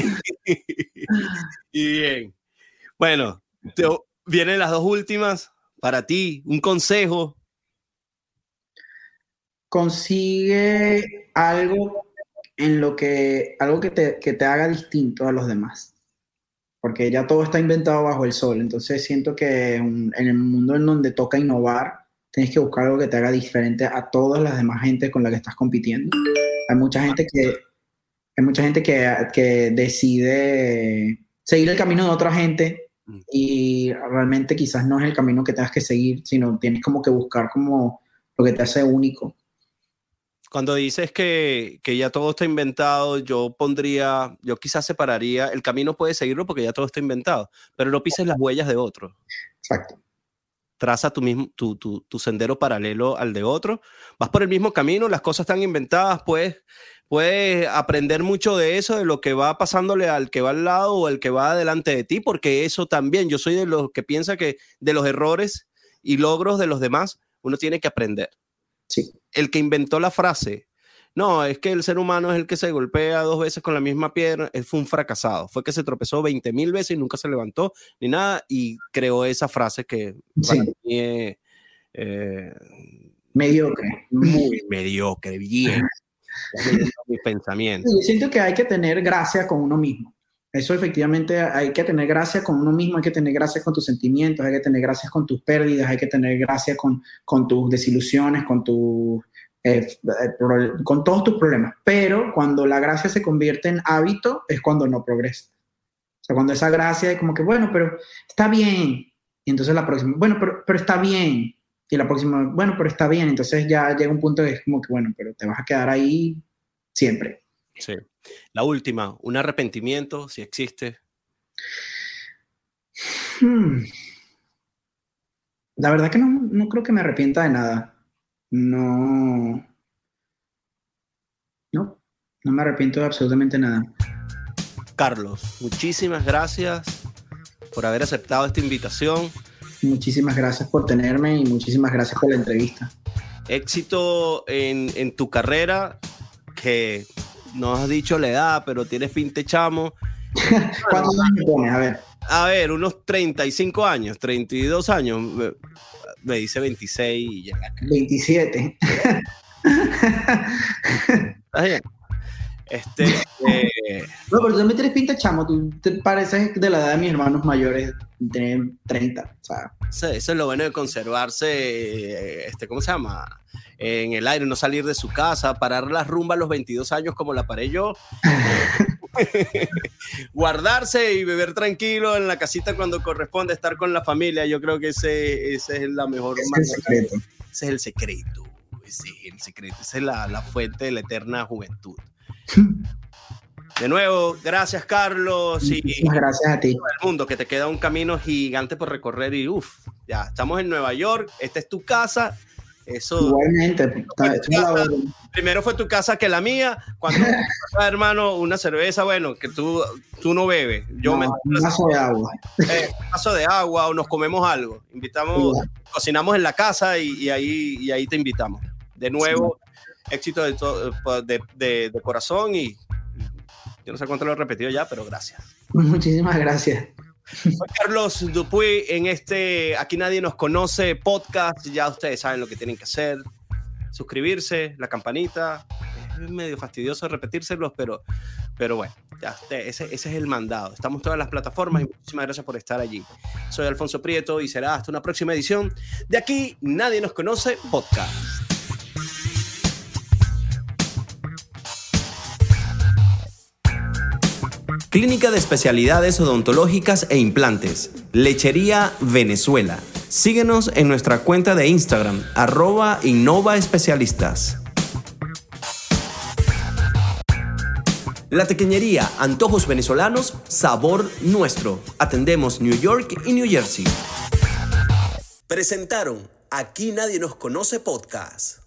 Speaker 1: Y bien. Bueno, te, vienen las dos últimas para ti. Un consejo.
Speaker 2: Consigue algo en lo que, algo que te, que te haga distinto a los demás. Porque ya todo está inventado bajo el sol. Entonces siento que en, en el mundo en donde toca innovar, tienes que buscar algo que te haga diferente a todas las demás gente con la que estás compitiendo. Hay mucha gente que, hay mucha gente que, que decide seguir el camino de otra gente y realmente quizás no es el camino que tengas que seguir, sino tienes como que buscar como lo que te hace único.
Speaker 1: Cuando dices que, que ya todo está inventado, yo pondría, yo quizás separaría, el camino puedes seguirlo porque ya todo está inventado, pero no pises las huellas de otro.
Speaker 2: Exacto.
Speaker 1: Traza tu, mismo, tu, tu, tu sendero paralelo al de otro, vas por el mismo camino, las cosas están inventadas, puedes, puedes aprender mucho de eso, de lo que va pasándole al que va al lado o al que va delante de ti, porque eso también, yo soy de los que piensa que de los errores y logros de los demás, uno tiene que aprender.
Speaker 2: Sí.
Speaker 1: El que inventó la frase, no, es que el ser humano es el que se golpea dos veces con la misma piedra, él fue un fracasado, fue que se tropezó veinte mil veces y nunca se levantó ni nada y creó esa frase que
Speaker 2: sí.
Speaker 1: para mí es, eh,
Speaker 2: Mediocre.
Speaker 1: Muy mediocre, bien. Mi pensamiento.
Speaker 2: Yo siento que hay que tener gracia con uno mismo. Eso efectivamente hay que tener gracia con uno mismo, hay que tener gracia con tus sentimientos, hay que tener gracia con tus pérdidas, hay que tener gracia con, con tus desilusiones, con, tu, eh, con todos tus problemas. Pero cuando la gracia se convierte en hábito es cuando no progresa. O sea, cuando esa gracia es como que, bueno, pero está bien. Y entonces la próxima, bueno, pero, pero está bien. Y la próxima, bueno, pero está bien. Entonces ya llega un punto que es como que, bueno, pero te vas a quedar ahí siempre.
Speaker 1: Sí. La última, un arrepentimiento, si existe.
Speaker 2: Hmm. La verdad que no, no creo que me arrepienta de nada. No. No, no me arrepiento de absolutamente nada.
Speaker 1: Carlos, muchísimas gracias por haber aceptado esta invitación.
Speaker 2: Muchísimas gracias por tenerme y muchísimas gracias por la entrevista.
Speaker 1: Éxito en, en tu carrera, que no has dicho la edad, pero tienes pinte chamo.
Speaker 2: ¿Cuántos años pones? A ver.
Speaker 1: A ver, unos treinta y cinco años, treinta y dos años. Me, me dice veintiséis y ya.
Speaker 2: veintisiete.
Speaker 1: ¿Estás bien? Este, eh,
Speaker 2: no, pero tú también tienes pinta chamo. Tú te pareces de la edad de mis hermanos mayores. Tienen treinta. O sea.
Speaker 1: Eso, eso es lo bueno de conservarse, este, ¿cómo se llama? En el aire, no salir de su casa, parar la rumba a los veintidós años como la paré yo. Guardarse y beber tranquilo en la casita cuando corresponde, estar con la familia. Yo creo que ese, ese es la mejor
Speaker 2: Ese es el secreto.
Speaker 1: Ese es el secreto. Ese es el secreto. Esa es la, la fuente de la eterna juventud. De nuevo, gracias, Carlos.
Speaker 2: Muchas gracias a ti.
Speaker 1: El mundo, que te queda un camino gigante por recorrer y uff, ya estamos en Nueva York. Esta es tu casa. Eso,
Speaker 2: igualmente.
Speaker 1: Fue casa, primero fue tu casa que la mía. Cuando hermano, una cerveza, bueno, que tú, tú no bebes. Yo
Speaker 2: no,
Speaker 1: me
Speaker 2: un vaso de agua.
Speaker 1: Eh, un vaso de agua o nos comemos algo. Invitamos, igual. Cocinamos en la casa y, y, ahí, y ahí te invitamos. De nuevo, sí. Éxito de, to, de, de, de corazón y yo no sé cuánto lo he repetido ya, pero gracias.
Speaker 2: Muchísimas gracias.
Speaker 1: Soy Carlos Dupuy en este Aquí Nadie Nos Conoce podcast. Ya ustedes saben lo que tienen que hacer. Suscribirse, la campanita. Es medio fastidioso repetírselos, pero, pero bueno, ya, ese, ese es el mandado. Estamos en todas las plataformas y muchísimas gracias por estar allí. Soy Alfonso Prieto y será hasta una próxima edición de Aquí Nadie Nos Conoce podcast. Clínica de Especialidades Odontológicas e Implantes, Lechería Venezuela. Síguenos en nuestra cuenta de Instagram, arroba Innova Especialistas. La Tequeñería, antojos venezolanos, sabor nuestro. Atendemos New York y New Jersey. Presentaron Aquí Nadie Nos Conoce podcast.